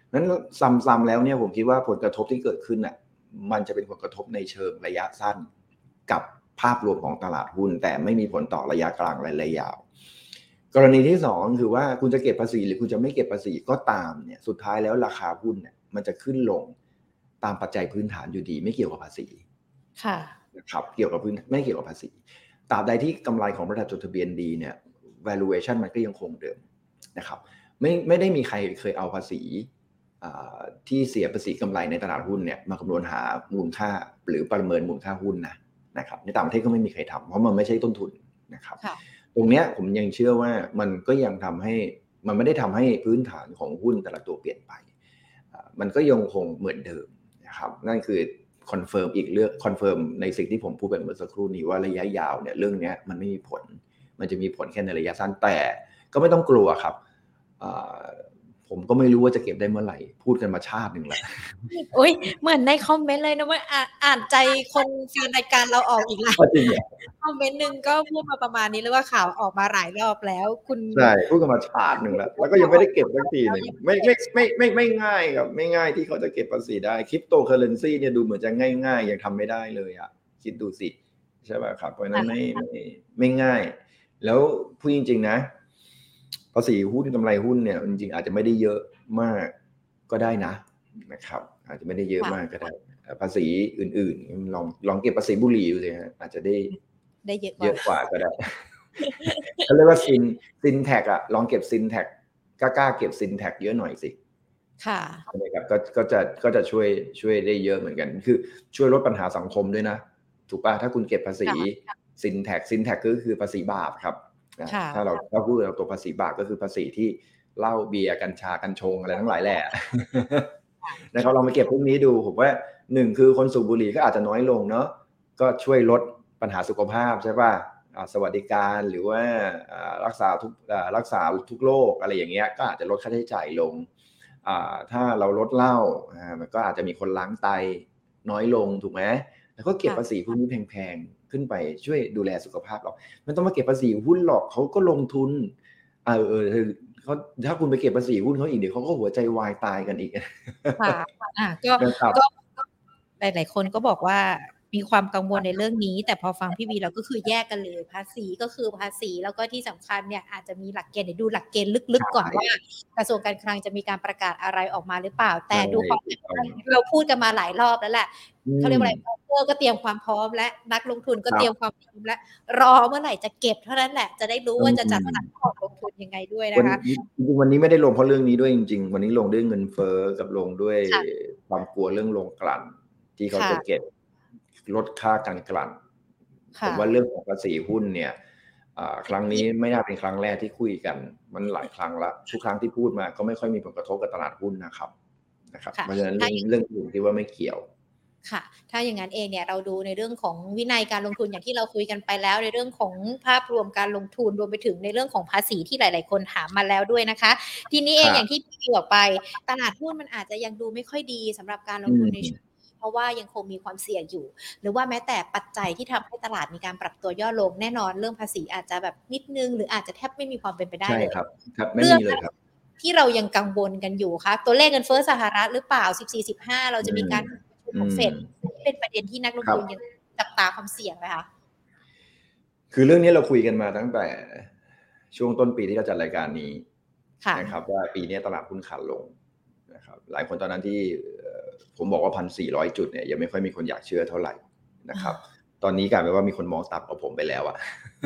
นั้นซ้ำๆแล้วเนี่ยผมคิดว่าผลกระทบที่เกิดขึ้นน่ะมันจะเป็นผลกระทบในเชิงระยะสั้นกับภาพรวมของตลาดหุ้นแต่ไม่มีผลต่อระยะกลางและระยะยาวกรณีที่สองคือว่าคุณจะเก็บภาษีหรือคุณจะไม่เก็บภาษีก็ตามเนี่ยสุดท้ายแล้วราคาหุ้นเนี่ยมันจะขึ้นลงตามปัจจัยพื้นฐานอยู่ดีไม่เกี่ยวกับภาษีค่ะนะครับเกี่ยวกับพื้นไม่เกี่ยวกับภาษีตราบใดที่กำไรของบริษัทจดทะเบียนดีเนี่ย valuation มันก็ยังคงเดิมนะครับไม่ไม่ได้มีใครเคยเอาภาษีที่เสียภาษีกำไรในตลาดหุ้นเนี่ยมาคำนวณหามูลค่าหรือประเมินมูลค่าหุ้นนะนะครับในต่างประเทศก็ไม่มีใครทำเพราะมันไม่ใช่ต้นทุนนะครับตรงนี้ผมยังเชื่อว่ามันก็ยังทำให้มันไม่ได้ทำให้พื้นฐานของหุ้นแต่ละตัวเปลี่ยนไปมันก็ยังคงเหมือนเดิมนะครับนั่นคือคอนเฟิร์มอีกเรื่องคอนเฟิร์มในสิ่งที่ผมพูดไปเมื่อสักครู่นี้ว่าระยะยาวเนี่ยเรื่องนี้มันไม่มีผลมันจะมีผลแค่ในระยะสั้นแต่ก็ไม่ต้องกลัวครับผมก็ไม่รู้ว่าจะเก็บได้เมื่อไหร่พูดกันมาชาติหนึ่งแล้วอุ้ยเหมือนในคอมเมนต์เลยนะว่าอ่านใจคนฟังรายการเราออกอีกแล้วจริงเหรอคอมเมนต์นึงก็พูดมาประมาณนี้เลยว่าข่าวออกมาหลายรอบแล้วคุณใช่พูดกันมาชาติหนึ่งแล้วแล้วก็ยังไม่ได้เก็บสักทีนึงไม่ไม่ไม่ไม่ไม่ง่ายครับไม่ง่ายที่เขาจะเก็บภาษีได้คริปโตเคอเรนซีเนี่ยดูเหมือนจะง่ายๆยังทำไม่ได้เลยอ่ะคิดดูสิใช่ป่ะครับเพราะนั้นไม่ไม่ไม่ง่ายแล้วพูดจริงๆนะภาษีหุ้นกำไรหุ้นเนี่ยจริงๆอาจจะไม่ได้เยอะมากก็ได้นะนะครับอาจจะไม่ได้เยอะมากก็ได้ภาษีอื่นๆลองลองเก็บภาษีบุหรี่ดูสิฮะอาจจะได้ได้เยอะกว่าก็ได้เขาเรียกว่าซินซินแท็กอะลองเก็บซินแท็กกล้าๆเก็บซินแท็กเยอะหน่อยสิค่ะใช่ไหมครับก็ก็จะก็จะช่วยช่วยได้เยอะเหมือนกันคือช่วยลดปัญหาสังคมด้วยนะถูกป่ะถ้าคุณเก็บภาษีซินแท็กซินแท็กก็คือภาษีบาปครับถ้าเราถ้าพูดเราตัวภาษีบาปก็คือภาษีที่เหล้าเบียร์กัญชากัญชงอะไรทั้งหลายแหละนะครับเรามาเก็บพวกนี้ดูผมว่าหนึ่งคือคนสูบบุหรี่ก็อาจจะน้อยลงเนาะก็ช่วยลดปัญหาสุขภาพใช่ป่ะสวัสดิการหรือว่ารักษาทุกรักษาทุกโรคอะไรอย่างเงี้ยก็อาจจะลดค่าใช้จ่ายลงถ้าเราลดเหล้ามันก็อาจจะมีคนล้างไตน้อยลงถูกไหมแล้วก็เก็บภาษีพวกนี้แพงๆขึ้นไปช่วยดูแลสุขภาพเราไม่ต้องมาเก็บภาษีหุ้นหรอกเขาก็ลงทุนเออเออเขาถ้าคุณไปเก็บภาษีหุ้นเขาอีกเดี๋ยวเขาก็หัวใจวายตายกันอีกค่ะอ่ะก็ก็หลายๆคนก็บอกว่ามีความกังวลในเรื่องนี้แต่พอฟังพี่บีเราก็คือแยกกันเลยภาษีก็คือภาษีแล้วก็ที่สำคัญเนี่ยอาจจะมีหลักเกณฑ์เดี๋ยวดูหลักเกณฑ์ลึกๆก่อนว่ากระทรวงการคลังจะมีการประกาศอะไรออกมาหรือเปล่าแต่ดูความเราพูดกันมาหลายรอบแล้วแหละเขาเรียกว่าอะไรก็เตรียมความพร้อมและนักลงทุนก็เตรียมความพร้อมและรอเมื่อไหร่จะเก็บเท่านั้นแหละจะได้รู้ว่าจะจัดสรรพอร์ตลงทุนยังไงด้วยนะคะจริงๆวันนี้ไม่ได้ลงเพราะเรื่องนี้ด้วยจริงๆวันนี้ลงด้วยเงินเฟ้อกับลงด้วยความกลัวเรื่องโรงกลั่นที่เขาจะเก็บลดค่าการกลั่นผมว่าเรื่องของภาษีหุ้นเนี่ยครั้งนี้ไม่น่าเป็นครั้งแรกที่คุยกันมันหลายครั้งละทุกครั้งที่พูดมาก็ไม่ค่อยมีผลกระทบกับตลาดหุ้นนะครับนะครับเพราะฉะนั้นเรื่องเรื่องอื่นที่ว่าไม่เกี่ยวค่ะถ้าอย่างนั้นเองเนี่ยเราดูในเรื่องของวินัยการลงทุนอย่างที่เราคุยกันไปแล้วในเรื่องของภาพรวมการลงทุนรวมไปถึงในเรื่องของภาษีที่หลายๆคนถามมาแล้วด้วยนะคะทีนี้เองอย่างที่พี่บอกไปตลาดหุ้นมันอาจจะยังดูไม่ค่อยดีสำหรับการลงทุนในช่วงเพราะว่ายังคงมีความเสี่ยงอยู่หรือว่าแม้แต่ปัจจัยที่ทำให้ตลาดมีการปรับตัวย่อลงแน่นอนเรื่องภาษีอาจจะแบบนิดนึงหรืออาจจะแทบไม่มีความเป็นไปได้เลยใช่ครับครับไม่มีเลยครับที่เรายังกังวลกันอยู่ค่ะตัวเลขเงินเฟ้อสหรัฐหรือเปล่า สิบสี่ สิบห้า เราจะมีการของเฟดเป็นประเด็นที่นักลงทุนยังจับตาความเสี่ยงไหมคะคือเรื่องนี้เราคุยกันมาตั้งแต่ช่วงต้นปีที่เราจัดรายการนี้นะครับว่าปีนี้ตลาดหุ้นขาลงนะครับหลายคนตอนนั้นที่ผมบอกว่า หนึ่งพันสี่ร้อย จุดเนี่ยยังไม่ค่อยมีคนอยากเชื่อเท่าไหร่นะครับตอนนี้กลายเป็นว่ามีคนมองต่ำกว่าผมไปแล้วอะ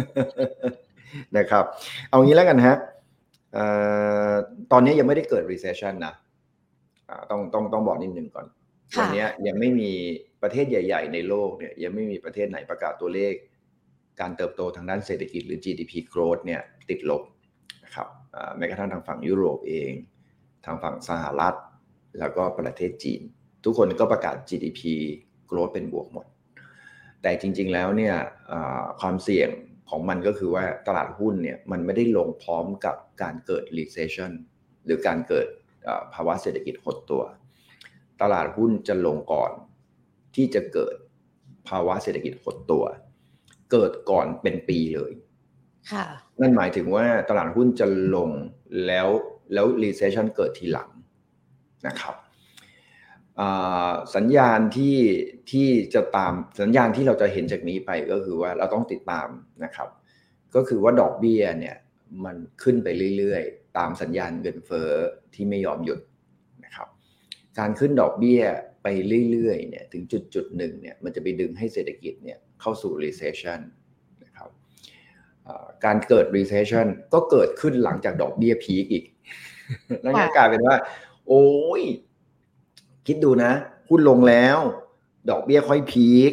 นะครับเอางี้แล้วกันฮะตอนนี้ยังไม่ได้เกิด recession นะต้องต้องต้องบอกนิดนึงก่อนวันนี้ยังไม่มีประเทศใหญ่ๆในโลกเนี่ยยังไม่มีประเทศไหนประกาศตัวเลขการเติบโตทางด้านเศรษฐกิจหรือ จี ดี พี growth เนี่ยติดลบนะครับแม้กระทั่งทางฝั่งยุโรปเองทางฝั่งสหรัฐแล้วก็ประเทศจีนทุกคนก็ประกาศ จี ดี พี growth เป็นบวกหมดแต่จริงๆแล้วเนี่ยความเสี่ยงของมันก็คือว่าตลาดหุ้นเนี่ยมันไม่ได้ลงพร้อมกับการเกิด recession หรือการเกิดภาวะเศรษฐกิจหดตัวตลาดหุ้นจะลงก่อนที่จะเกิดภาวะเศรษฐกิจหดตัวเกิดก่อนเป็นปีเลยค่ะนั่นหมายถึงว่าตลาดหุ้นจะลงแล้วแล้ว recession เกิดทีหลังนะครับสัญญาณที่ที่จะตามสัญญาณที่เราจะเห็นจากนี้ไปก็คือว่าเราต้องติดตามนะครับก็คือว่าดอกเบี้ยเนี่ยมันขึ้นไปเรื่อยๆตามสัญญาณเงินเฟ้อที่ไม่ยอมหยุดนะครับการขึ้นดอกเบี้ยไปเรื่อยๆเนี่ยถึงจุดจุดหนึ่งเนี่ยมันจะไปดึงให้เศรษฐกิจเนี่ยเข้าสู่ recession นะครับการเกิด recession ก็เกิดขึ้นหลังจากดอกเบี้ยพีคอีกนั่นก็กลายเป็นว่าโอ้ยคิดดูนะหุ้นลงแล้วดอกเบี้ยค่อยพีค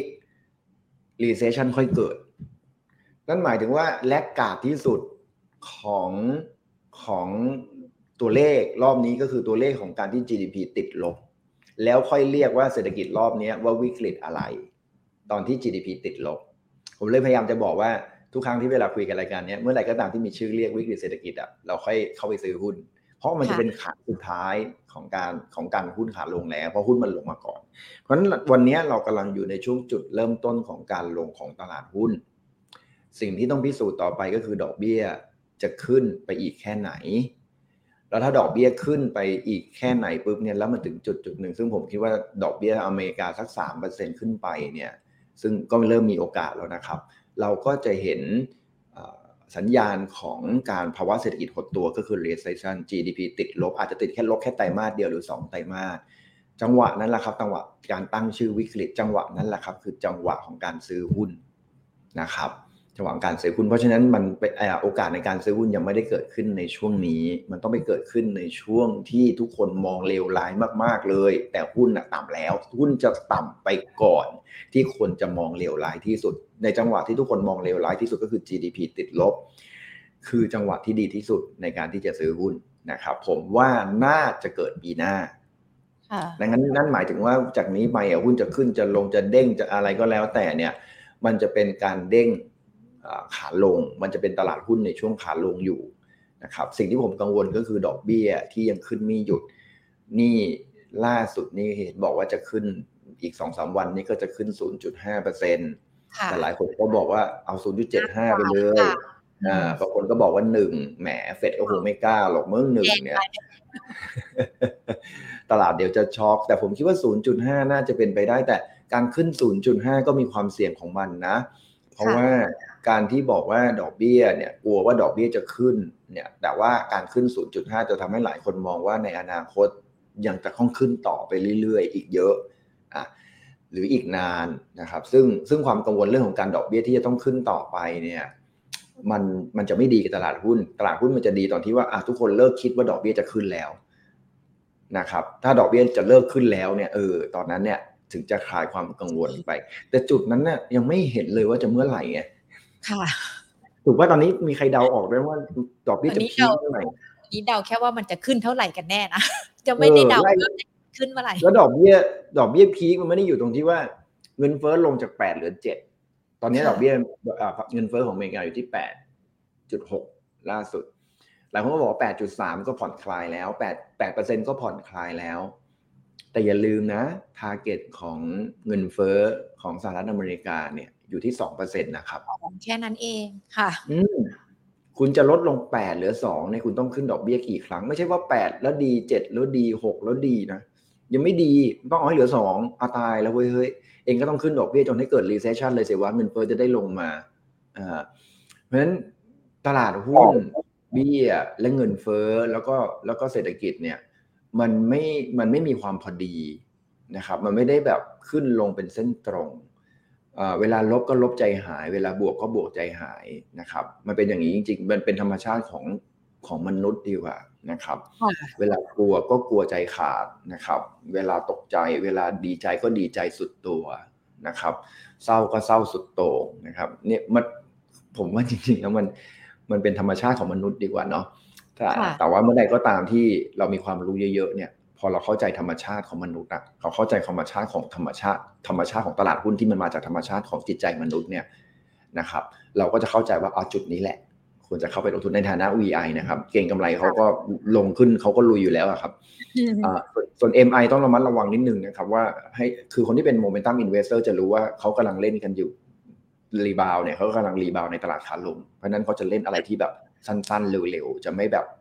recession ค่อยเกิดนั่นหมายถึงว่าแลกขาดที่สุดของของตัวเลขรอบนี้ก็คือตัวเลขของการที่ จี ดี พี ติดลบแล้วค่อยเรียกว่าเศรษฐกิจรอบนี้ว่าวิกฤตอะไรตอนที่ จี ดี พี ติดลบผมเลยพยายามจะบอกว่าทุกครั้งที่เวลาคุยกันรายการนี้เมื่อไหร่ก็ตามที่มีชื่อเรียกวิกฤตเศรษฐกิจอ่ะเราค่อยเข้าไปซื้อหุ้นเพราะมันจะเป็นขาสุดท้ายของการของการหุ้นขาลงแล้วเพราะหุ้นมันลงมาก่อนเพราะฉะนั้นวันนี้เรากำลังอยู่ในช่วงจุดเริ่มต้นของการลงของตลาดหุ้นสิ่งที่ต้องพิสูจน์ต่อไปก็คือดอกเบี้ยจะขึ้นไปอีกแค่ไหนแล้วถ้าดอกเบี้ยขึ้นไปอีกแค่ไหนปุ๊บเนี่ยแล้วมันถึงจุดจุดหนึ่งซึ่งผมคิดว่าดอกเบี้ยอเมริกาสัก สามเปอร์เซ็นต์ ขึ้นไปเนี่ยซึ่งก็เริ่มมีโอกาสแล้วนะครับเราก็จะเห็นสัญญาณของการภาวะเศรษฐกิจหดตัวก็คือ recession จี ดี พี ติดลบอาจจะติดแค่ลบแค่ไตรมาสเดียวหรือสองไตรมาสจังหวะนั้นแหละครับจังหวะการตั้งชื่อวิกฤตจังหวะนั้นแหละครับคือจังหวะของการซื้อหุ้นนะครับจังหวะการซื้อหุ้นเพราะฉะนั้นมันเป็นโอกาสในการซื้อหุ้นยังไม่ได้เกิดขึ้นในช่วงนี้มันต้องไปเกิดขึ้นในช่วงที่ทุกคนมองเลวร้ายมากๆเลยแต่หุ้นน่ะต่ำแล้วหุ้นจะต่ำไปก่อนที่คนจะมองเลวร้ายที่สุดในจังหวะที่ทุกคนมองเลวร้ายที่สุดก็คือ จี ดี พี ติดลบคือจังหวะที่ดีที่สุดในการที่จะซื้อหุ้นนะครับผมว่าน่าจะเกิดปีหน้าดังนั้นนั่นหมายถึงว่าจากนี้ไปหุ้นจะขึ้นจะลงจะเด้งจะอะไรก็แล้วแต่เนี่ยมันจะเป็นการเด้งขาลงมันจะเป็นตลาดหุ้นในช่วงขาลงอยู่นะครับสิ่งที่ผมกังวลก็คือดอกเบี้ยที่ยังขึ้นไม่หยุดนี่ล่าสุดนี่เห็นบอกว่าจะขึ้นอีก สองถึงสาม วันนี้ก็จะขึ้น ศูนย์จุดห้าเปอร์เซ็นต์ แต่หลายคนก็บอกว่าเอา ศูนย์จุดเจ็ดห้า ไปเลยอ่าบางคนก็บอกว่าหนึ่งแหมเฟดก็คงไม่กล้าหรอกเมื่อหนึ่งเนี่ยตลาดเดี๋ยวจะช็อกแต่ผมคิดว่า ศูนย์จุดห้า น่าจะเป็นไปได้แต่การขึ้น ศูนย์จุดห้า ก็มีความเสี่ยงของมันนะเพราะว่าการที่บอกว่าดอกเบี้ยเนี่ยกลัวว่าดอกเบี้ยจะขึ้นเนี่ยแต่ว่าการขึ้น ศูนย์จุดห้า จะทำให้หลายคนมองว่าในอนาคตยังจะต้องขึ้นต่อไปเรื่อยๆอีกเยอะอ่ะหรืออีกนานนะครับซึ่งซึ่งความกังวลเรื่องของการดอกเบี้ยที่จะต้องขึ้นต่อไปเนี่ยมันมันจะไม่ดีกับตลาดหุ้นตลาดหุ้นมันจะดีตอนที่ว่าอ่ะทุกคนเลิกคิดว่าดอกเบี้ยจะขึ้นแล้วนะครับถ้าดอกเบี้ยจะเลิกขึ้นแล้วเนี่ยเออตอนนั้นเนี่ยถึงจะคลายความกังวลไปแต่จุดนั้นเนี่ยยังไม่เห็นเลยว่าจะเมื่อไหร่ไงค่ะถูกว่าตอนนี้มีใครเดาออกได้ว่าดอกเบี้ยจะพีคเมื่อไหร่นี้เดาแค่ว่ามันจะขึ้นเท่าไหร่กันแน่นะจะไม่ได้เดาว่าจะขึ้นเมื่อไหร่แล้วดอกเบี้ยดอกเบี้ยพีคมันไม่ได้อยู่ตรงที่ว่าเงินเฟ้อลงจากแปดเหลือเจ็ดตอนนี้ดอกเบี้ยเงินเฟ้อของอเมริกาอยู่ที่ แปดจุดหก ล่าสุดหลายคนก็บอกว่า แปดจุดสาม ก็ผ่อนคลายแล้ว8 แปดเปอร์เซ็นต์ ก็ผ่อนคลายแล้วแต่อย่าลืมนะทาร์เก็ตของเงินเฟ้อของสหรัฐอเมริกาเนี่ยอยู่ที่ สองเปอร์เซ็นต์ นะครับแค่นั้นเองค่ะอืมคุณจะลดลงแปดเหลือสองเนี่ยคุณต้องขึ้นดอกเบี้ยกี่ครั้งไม่ใช่ว่าแปดแล้วดีเจ็ดแล้วดีหกแล้วดีนะยังไม่ดีต้องเอาให้เหลือสองอาตายแล้วเว้ยเฮ้ยเองก็ต้องขึ้นดอกเบี้ยจนให้เกิด recession เลยสิว่าเงินเฟ้อจะได้ลงมาอ่าเพราะฉะนั้นตลาดหุ้นเบี้ยและเงินเฟ้อแล้วก็แล้วก็เศรษฐกิจเนี่ยมันไม่มันไม่มีความพอดีนะครับมันไม่ได้แบบขึ้นลงเป็นเส้นตรงเวลาลบก็ลบใจหายเวลาบวกก็บวกใจหายนะครับมันเป็นอย่างนี้จริงๆมันเป็นธรรมชาติของของมนุษย์ดีกว่านะครับเวลากลัวก็กลัวใจขาดนะครับเวลาตกใจเวลาดีใจก็ดีใจสุดตัวนะครับเศร้าก็เศร้าสุดโต่งนะครับเนี่ยมันผมว่าจริงๆแล้วมันมันเป็นธรรมชาติของมนุษย์ดีกว่าเนาะแต่แต่ว่าเมื่อใดก็ตามที่เรามีความรู้เยอะๆเนี่ยพอเราเข้าใจธรรมชาติของมนุษย์อ่ะเราเข้าใจธรรมชาติของธรรมชาติธรรมชาติของตลาดหุ้นที่มันมาจากธรรมชาติของจิตใจมนุษย์เนี่ยนะครับเราก็จะเข้าใจว่าเอาจุดนี้แหละควรจะเข้าไปลงทุนในฐานะ วี ไอ นะครับเก่งกำไรเขาก็ลงขึ้นเขาก็ลุยอยู่แล้วครับส่วน เอ็ม ไอ ต้องระมัดระวังนิดนึงนะครับว่าให้คือคนที่เป็น Momentum Investor จะรู้ว่าเขากำลังเล่นกันอยู่รีบาวเนี่ยเขากำลังรีบาวในตลาดขาลงเพราะนั้นเขาจะเล่นอะไรที่แบบสั้นๆเร็วๆจะไม่แบบ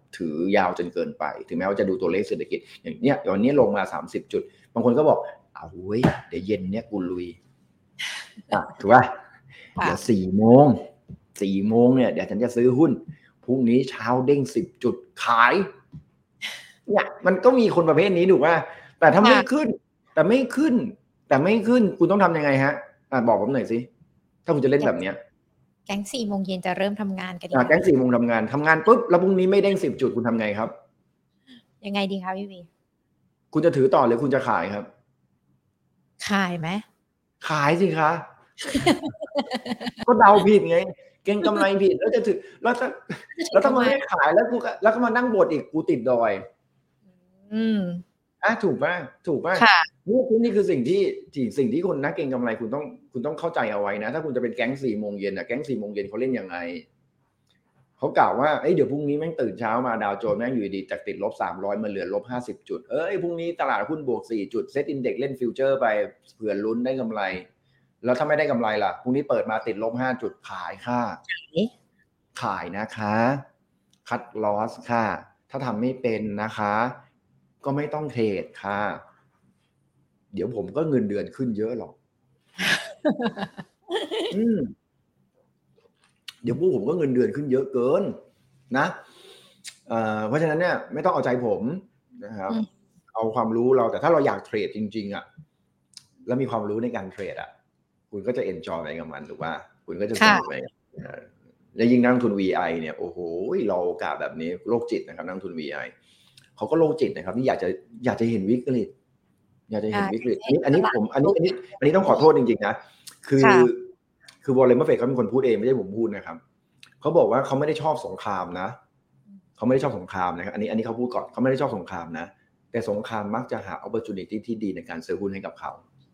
ถือยาวจนเกินไปถึงแม้ว่าจะดูตัวเลขเศรษฐกิจอย่างเนี้ยวันนี้ลงมาสามสิบจุดบางคนก็บอกเอาเว้ยเดี๋ยวเย็นเนี้ยกูลุยถูกป่ะเดี๋ยวสี่โมงสี่โมงเนี่ยเดี๋ยวฉันจะซื้อหุ้นพรุ่งนี้เช้าเด้งสิบจุดขายเนี่ยมันก็มีคนประเภทนี้ถูกป่ะแต่ถ้าไม่ขึ้นแต่ไม่ขึ้นแต่ไม่ขึ้นคุณต้องทำยังไงฮะอ่ะบอกผมหน่อยสิถ้าคุณจะเล่นแบบเนี้ยแก๊งสี่โมงเย็นจะเริ่มทำงานกันดีแก๊งสี่โมงทำงานทำงานปุ๊บแล้วพรุ่งนี้ไม่เด้งสิบจุดคุณทำไงครับยังไงดีคะพี่วีคุณจะถือต่อหรือคุณจะขายครับขายไหมขายสิคะก็เดาผิดไงเก็งกำไรผิดแล้วจะถือแล้วถ้าแล้วถ้ามันไม่ขายแล้วกูแล้วก็มานั่งบ่นอีกกูติดดอยอืมอ่ะถูกป่ะถูกป่ะนี่คือนี่คือสิ่งที่สิ่งที่คนนักเก็งกำไรคุณต้องคุณต้องเข้าใจเอาไว้นะถ้าคุณจะเป็นแก๊งสี่โมงเย็นอ่ะแก๊งสี่โมงเย็นเขาเล่นยังไงเขากล่าวว่าเอ้ยเดี๋ยวพรุ่งนี้แม่งตื่นเช้ามาดาวโจนส์แม่งอยู่ดีจากติดลบสามร้อยมาเหลือลบห้าสิบจุดเอ้ยพรุ่งนี้ตลาดหุ้นบวกสี่จุดเซ็ตอินเด็กซ์เล่นฟิวเจอร์ไปเผื่อลุ้นได้กำไรแล้วถ้าไม่ได้กำไรล่ะพรุ่งนี้เปิดมาติดลบห้าจุดขายค่ะขายนะคะคัดลอสค่ะถ้าทำไม่เป็นนะคะก็ไม่ต้องเทรดค่ะเดี๋ยวผมก็เงินเดือนขึ้นเยอะหรอกอืมเดี๋ยวพวกผมก็เงินเดือนขึ้นเยอะเกินนะเอ่อเพราะฉะนั้นเนี่ยไม่ต้องเอาใจผมนะครับเอาความรู้เราแต่ถ้าเราอยากเทรดจริงๆอ่ะแล้วมีความรู้ในการเทรดอ่ะคุณก็จะเอนจอยไปกับมันถูกป่ะคุณก็จะสนุกไปแล้วยิ่งนักลงทุน วี ไอ เนี่ยโอ้โหเราโอกาสแบบนี้โรคจิตนะครับนักลงทุน วี ไอ เขาก็โรคจิตนะครับที่อยากจะอยากจะเห็นวิกฤตอยากจะเห็นวิกฤตอันนี้อันนี้ผมอันนี้อันนี้อันนี้ต้องขอโทษจริงๆนะคือคือวอร์เรน บัฟเฟตต์เขาเป็นคนพูดเองไม่ใช่ผมพูดนะครับเขาบอกว่าเขาไม่ได้ชอบสงครามนะเขาไม่ได้ชอบสงครามนะครับอันนี้อันนี้เขาพูดก่อนเขาไม่ได้ชอบสงครามนะแต่สงครามมักจะหา opportunity ที่ดีในการซื้อหุ้นให้กับเขา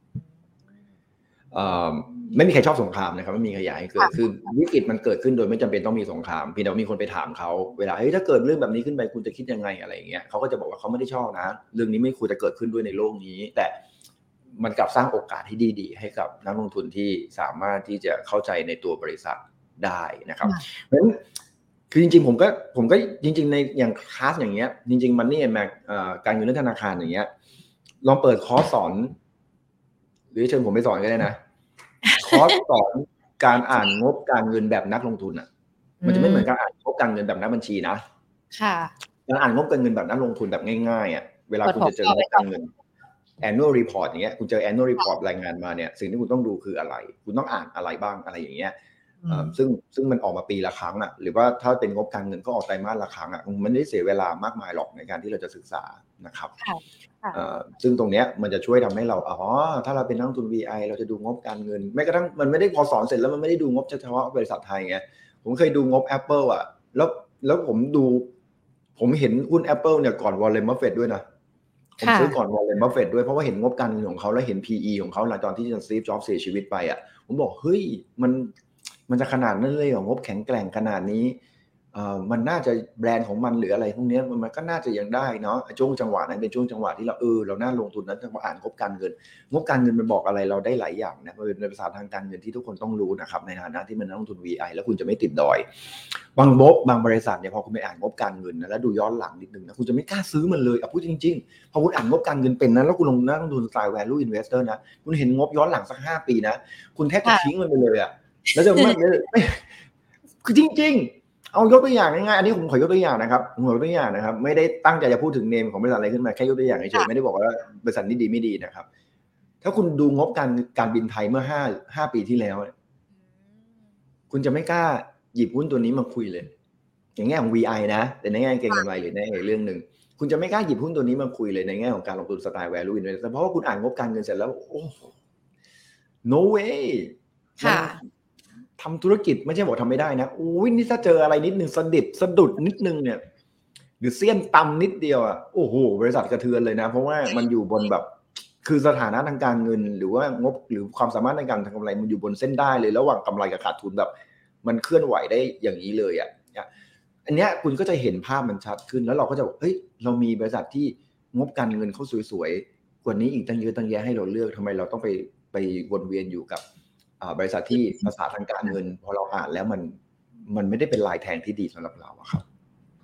ไม่มีใครชอบสงครามนะครับไม่มีใครอยากให้เกิดคือวิกฤตมันเกิดขึ้นโดยไม่จำเป็นต้องมีสงครามเพียงแต่มีคนไปถามเขาเวลาเฮ้ยถ้าเกิดเรื่องแบบนี้ขึ้นไปคุณจะคิดยังไงอะไรอย่างเงี้ยเขาก็จะบอกว่าเขาไม่ได้ชอบนะเรื่องนี้ไม่ควรจะเกิดขึ้นด้วยในโลกนี้แต่มันกลับสร้างโอกาสที่ดีๆให้กับนักลงทุนที่สามารถที่จะเข้าใจในตัวบริษัทได้นะครับเพราะฉะนั้นคือจริงๆผมก็ผมก็จริงๆในอย่างคลาสอย่างเงี้ยจริงๆมันนี่แม็กการเงินเรื่องธนาคารอย่างเงี้ยลองเปิดคอร์สสอนหรือเชิญผมไปสอนก็ได้นะคอร์สสอนการอ่านงบการเงินแบบนักลงทุนอ่ะมันจะไม่เหมือนการอ่านงบการเงินแบบนักบัญชีนะค่ะการอ่านงบการเงินแบบนักลงทุนแบบง่ายๆอ่ะเวลาคุณจะเจองบการเงิน annual report อย่างเงี้ยคุณเจอ annual report รายงานมาเนี่ยสิ่งที่คุณต้องดูคืออะไรคุณต้องอ่านอะไรบ้างอะไรอย่างเงี้ยซึ่งซึ่งมันออกมาปีละครั้งอ่ะหรือว่าถ้าเป็นงบการเงินก็ออกไตรมาสละครั้งอ่ะมันไม่ได้เสียเวลามากมายหรอกในการที่เราจะศึกษานะครับซึ่งตรงเนี้ยมันจะช่วยทำให้เราอ๋อถ้าเราเป็นนักลงทุน วี ไอ เราจะดูงบการเงินแม้กระทั่งมันไม่ได้พอสอนเสร็จแล้วมันไม่ได้ดูงบเฉพาะบริษัทไทยไงผมเคยดูงบ Apple อ่ะแล้วแล้วผมดูผมเห็นหุ้น Apple เนี่ยก่อน Warren Buffett ด้วยนะผมซื้อก่อน Warren Buffett ด้วยเพราะว่าเห็นงบการเงินของเขาแล้วเห็น พี อี ของเขาหลังตอนที่ Steve Jobs เสียชีวิตไปอ่ะผมบอกเฮ้ยมันมันจะขนาดนั้นเลยเหรองบแข็งแกร่งขนาดนี้มันน่าจะแบรนด์ของมันหรืออะไรพวกนี้มันก็น่าจะยังได้เนาะช่วงจังหวะนั้นเป็นช่วงจังหวะที่เราเออเราน่าลงทุนนั้นต้องอ่านงบการเงินงบการเงินมันบอกอะไรเราได้หลายอย่างนะมันเป็นภาษาทางการเงินที่ทุกคนต้องรู้นะครับในฐานะที่มันนักลงทุน วี ไอ แล้วคุณจะไม่ติดดอยบางบบางบริษัทเนี่ยพอคุณไปอ่านงบการเงินนะแล้วดูย้อนหลังนิดนึงนะคุณจะไม่กล้าซื้อมันเลยอ่ะพูดจริงๆพอคุณอ่านงบการเงินเป็นนะแล้วคุณลงนักลงทุนสไตล์ value investor นะคุณเห็นงบย้อนหลังสักห้าปีนะคุณแทบจะทิ้งมันไปเลยอ่ะแล้วจะไม่คือจริงๆเอายกตัวอย่างง่ายๆอันนี้ผมขอยกตัวอย่างนะครับผมขอยกตัวอย่างนะครับไม่ได้ตั้งใจจะพูดถึงเนมของบริษัทอะไรขึ้นมาแค่ยกตัวอย่างเฉยๆไม่ได้บอกว่าบริษัทนี้ดีไม่ดีนะครับถ้าคุณดูงบการการบินไทยเมื่อห้า ห้าปีที่แล้วคุณจะไม่กล้าหยิบหุ้นตัวนี้มาคุยเลยอย่างแง่ของ วี ไอ นะแต่ในแง่เก็งกำไรหรือในเรื่องนึงคุณจะไม่กล้าหยิบหุ้นตัวนี้มาคุยเลยในแง่ของการลงทุนสไตล์ value investor เพราะว่าคุณอ่านงบการเงินเสร็จแล้วโอ้ no way ค่ะทำธุรกิจไม่ใช่บอกทำไม่ได้นะอุ้ยนี่ถ้าเจออะไรนิดนึงสะดิดสะดุดนิดนึงเนี่ยหรือเสี้ยนตำนิดเดียวอ่ะโอ้โหบริษัทกระเทือนเลยนะเพราะว่ามันอยู่บนแบบคือสถานะทางการเงินหรือว่างบหรือความสามารถในการทำกำไรมันอยู่บนเส้นได้เลยระหว่างกำไรกับขาดทุนแบบมันเคลื่อนไหวได้อย่างนี้เลยอ่ะอันเนี้ยคุณก็จะเห็นภาพมันชัดขึ้นแล้วเราก็จะบอกเฮ้ยเรามีบริษัทที่งบการเงินเขาสวยๆกว่านี้อีกตั้งเยอะตั้งแยะให้เราเลือกทำไมเราต้องไปไปวนเวียนอยู่กับบริษัทที่ภาษาทางการเงินพอเราอ่านแล้วมันมันไม่ได้เป็นลายแทงที่ดีสำหรับเราครับ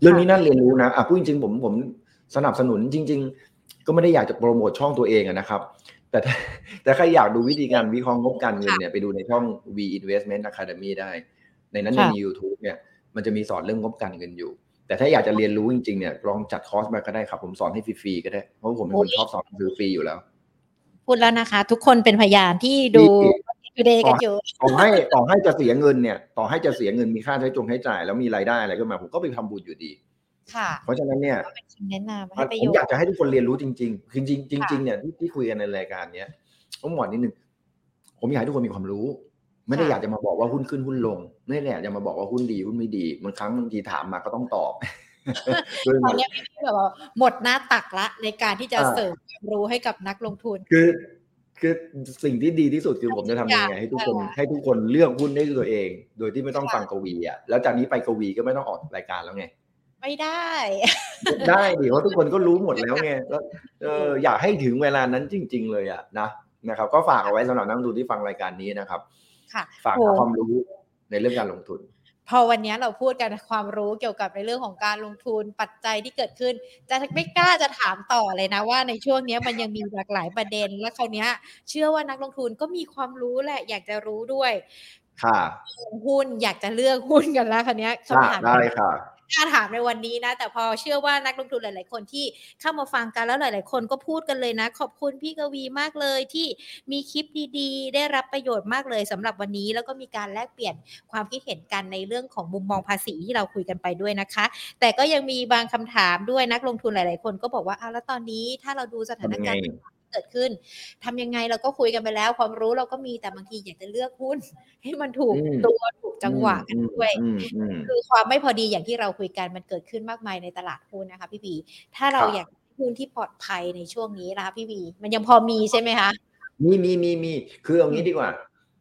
เรื่องนี้น่าเรียนรู้นะอ่ะพูดจริงๆผมผมสนับสนุนจริงๆก็ไม่ได้อยากจะโปรโมทช่องตัวเองนะครับแต่แต่ใครอยากดูวิธีการวิเคราะห์งบการเงินเนี่ยไปดูในช่อง V Investment Academy ได้ในนั้นใน YouTube เนี่ยมันจะมีสอนเรื่องงบการเงินอยู่แต่ถ้าอยากจะเรียนรู้จริงๆเนี่ยลองจัดคอร์สมาก็ได้ครับผมสอนให้ฟรีๆก็ได้เพราะผมเป็นคนชอบสอนฟรีๆอยู่แล้วพูดแล้วนะคะทุกคนเป็นพยานที่ดูดูเดย์กันอยู่ต่อให้ต่อให้จะเสียเงินเนี่ยต่อให้จะเสียเงินมีค่าใช้จงใช้จ่ายแล้วมีรายได้อะไรก็มาผมก็ไปทำบุญอยู่ดีค่ะเพราะฉะนั้นเนี่ยเป็นคำแนะนำให้ประโยชน์ผมอยากจะให้ทุกคนเรียนรู้จริงๆจริงๆจริงๆเนี่ยที่ที่คุยกันในรายการเนี้ยต้องบอกนิดนึงผมอยากให้ทุกคนมีความรู้ไม่ได้อยากจะมาบอกว่าหุ้นขึ้นหุ้นลงไม่ได้อยากจะมาบอกว่าหุ้นดีหุ้นไม่ดีบางครั้งบางทีถามมาก็ต้องตอบตอนนี้พี่แบบว่าหมดหน้าตักละในการที่จะเสริมความรู้ให้กับนักลงทุนคือคือสิ่งที่ดีที่สุดคือผมจะทำยังไงให้ทุกคนให้ทุกคนเลือกหุ้นได้ตัวเองโดยที่ไม่ต้องฟังกวีอ่ะแล้วจากนี้ไปกวีก็ไม่ต้องออกรายการแล้วไงไม่ได้ได้ดิเพราะทุกคนก็รู้หมดแล้วไงแล้วเอออยากให้ถึงเวลานั้นจริงๆเลยอ่ะนะนะครับก็ฝากเอาไว้สำหรับนักลงทุนที่ฟังรายการนี้นะครับฝากหาความรู้ในเรื่องการลงทุนพอวันนี้เราพูดกันความรู้เกี่ยวกับในเรื่องของการลงทุนปัจจัยที่เกิดขึ้นจะไม่กล้าจะถามต่อเลยนะว่าในช่วงนี้มันยังมีหลากหลายประเด็นและคราวนี้เชื่อว่านักลงทุนก็มีความรู้แหละอยากจะรู้ด้วยค่ะหุ้นอยากจะเลือกหุ้นกันแล้วคราวนี้คำถามได้ค่ะถ้าถามในวันนี้นะแต่พอเชื่อว่านักลงทุนหลายๆคนที่เข้ามาฟังกันแล้วหลายๆคนก็พูดกันเลยนะขอบคุณพี่กวีมากเลยที่มีคลิปดีๆได้รับประโยชน์มากเลยสำหรับวันนี้แล้วก็มีการแลกเปลี่ยนความคิดเห็นกันในเรื่องของมุมมองภาษีที่เราคุยกันไปด้วยนะคะแต่ก็ยังมีบางคำถามด้วยนักลงทุนหลายๆคนก็บอกว่าอ้าวแล้วตอนนี้ถ้าเราดูสถานการณ์เกิดขึ้นทำยังไงเราก็คุยกันไปแล้วความรู้เราก็มีแต่บางทีอยากจะเลือกหุ้นให้มันถูกตัวถูกจังหวะกันด้วยคือความไม่พอดีอย่างที่เราคุยกันมันเกิดขึ้นมากมายในตลาดหุ้นนะคะพี่บีถ้าเราอยากหุ้นที่ปลอดภัยในช่วงนี้นะคะพี่บีมันยังพอมีใช่ไหมคะมีมีมีมีคือเอางี้ดีกว่า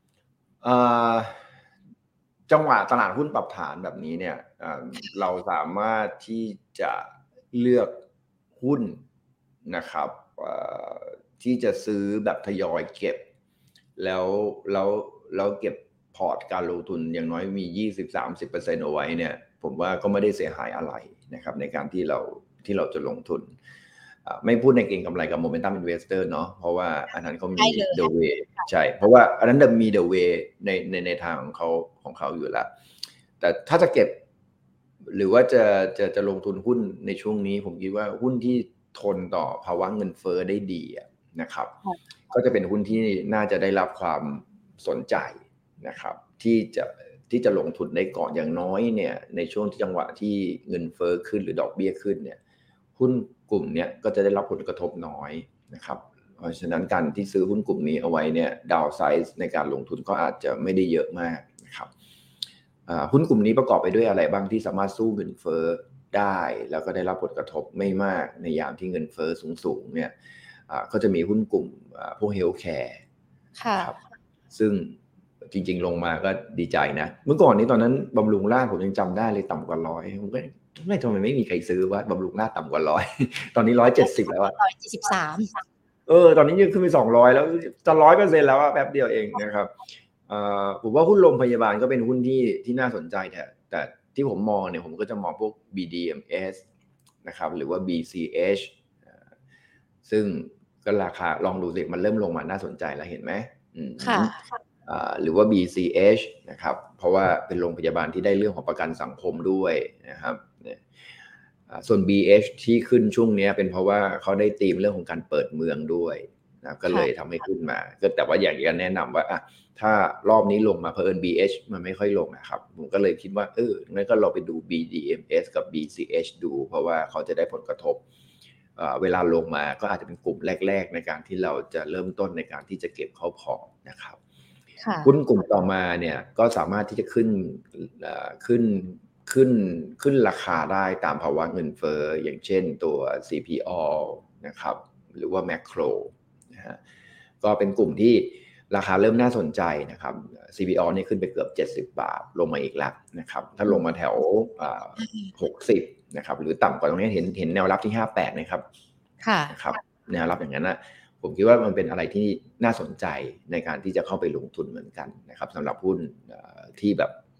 จังหวะตลาดหุ้นปรับฐานแบบนี้เนี่ยเราสามารถที่จะเลือกหุ้นนะครับที่จะซื้อแบบทยอยเก็บแล้วแล้วแล้วเก็บพอร์ตการลงทุนอย่างน้อยมี ยี่สิบถึงสามสิบเปอร์เซ็นต์ เอาไว้เนี่ยผมว่าก็ไม่ได้เสียหายอะไรนะครับในการที่เราที่เราจะลงทุนไม่พูดในเก็งกำไรกับ Momentum Investor เนาะเพราะว่าอันนั้นเขามี The Way ใช่เพราะว่าอันนั้นมี The Way ในในในทางของเขาของเขาอยู่แล้วแต่ถ้าจะเก็บหรือว่าจะจะจะลงทุนหุ้นในช่วงนี้ผมคิดว่าหุ้นที่ทนต่อภาวะเงินเฟ้อได้ดีนะครับก็จะเป็นหุ้นที่น่าจะได้รับความสนใจนะครับที่จะที่จะลงทุนได้ก่อนอย่างน้อยเนี่ยในช่วงที่จังหวะที่เงินเฟ้อขึ้นหรือดอกเบี้ยขึ้นเนี่ยหุ้นกลุ่มนี้ก็จะได้รับผลกระทบน้อยนะครับเพราะฉะนั้นการที่ซื้อหุ้นกลุ่มนี้เอาไว้เนี่ยดาวไซส์ในการลงทุนก็อาจจะไม่ได้เยอะมากนะครับหุ้นกลุ่มนี้ประกอบไปด้วยอะไรบ้างที่สามารถสู้เงินเฟ้อได้แล้วก็ได้รับผลกระทบไม่มากในยามที่เงินเฟ้อสูงๆเนี่ยก็จะมีหุ้นกลุ่มพวกเฮลท์แคร์ครับซึ่งจริงๆลงมาก็ดีใจนะเมื่อก่อนนี้ตอนนั้นบำรุงราษฎร์ผมยังจำได้เลยต่ำกว่าร้อยผมก็ไม่ทำไมไม่มีใครซื้อว่าบำรุงราษฎร์ต่ำกว่าร้อยตอนนี้ร้อยเจ็ดสิบแล้วอะร้อยเจ็ดสิบสามเออตอนนี้ยืนขึ้นไปสองร้อยแล้วจะร้อยเปอร์เซ็นต์แล้วอะแป๊บเดียวเองนะครับผมว่าหุ้นโรงพยาบาลก็เป็นหุ้นที่ที่น่าสนใจแต่แต่ที่ผมมองเนี่ยผมก็จะมองพวก บี ดี เอ็ม เอส นะครับหรือว่า บี ซี เอช ซึ่งก็ราคาลองดูสิมันเริ่มลงมาน่าสนใจแล้วเห็นไหมค่ะหรือว่า บี ซี เอช นะครับเพราะว่าเป็นโรงพยาบาลที่ได้เรื่องของประกันสังคมด้วยนะครับส่วน บี เอช ที่ขึ้นช่วงนี้เป็นเพราะว่าเขาได้ธีมเรื่องของการเปิดเมืองด้วยนะก็เลยทำให้ขึ้นมาก็แต่ว่าอย่างที่แนะนำว่าอ่ะถ้ารอบนี้ลงมาเพิ่ม บี เอช มันไม่ค่อยลงนะครับผมก็เลยคิดว่าเอองั้นก็เราไปดู บี ดี เอ็ม เอส กับ บี ซี เอช ดูเพราะว่าเขาจะได้ผลกระทบเวลาลงมาก็อาจจะเป็นกลุ่มแรกๆในการที่เราจะเริ่มต้นในการที่จะเก็บเข้าพอร์ตนะครับหุ้นกลุ่มต่อมาเนี่ยก็สามารถที่จะขึ้นขึ้นขึ้นขึ้นราคาได้ตามภาวะเงินเฟ้ออย่างเช่นตัว ซี พี โอ นะครับหรือว่า Macro นะฮะก็เป็นกลุ่มที่ราคาเริ่มน่าสนใจนะครับ ซี พี โอ นี่ขึ้นไปเกือบเจ็ดสิบบาทลงมาอีกแล้วนะครับถ้าลงมาแถวหกสิบนะครับหรือต่ำกว่าตรงนี้เห็นเห็นแนวรับที่ห้าสิบแปดนะครับค่ะนะครับแนวรับอย่างนั้นนะผมคิดว่ามันเป็นอะไรที่น่าสนใจในการที่จะเข้าไปลงทุนเหมือนกันนะครับสำหรับหุ้นที่แบบ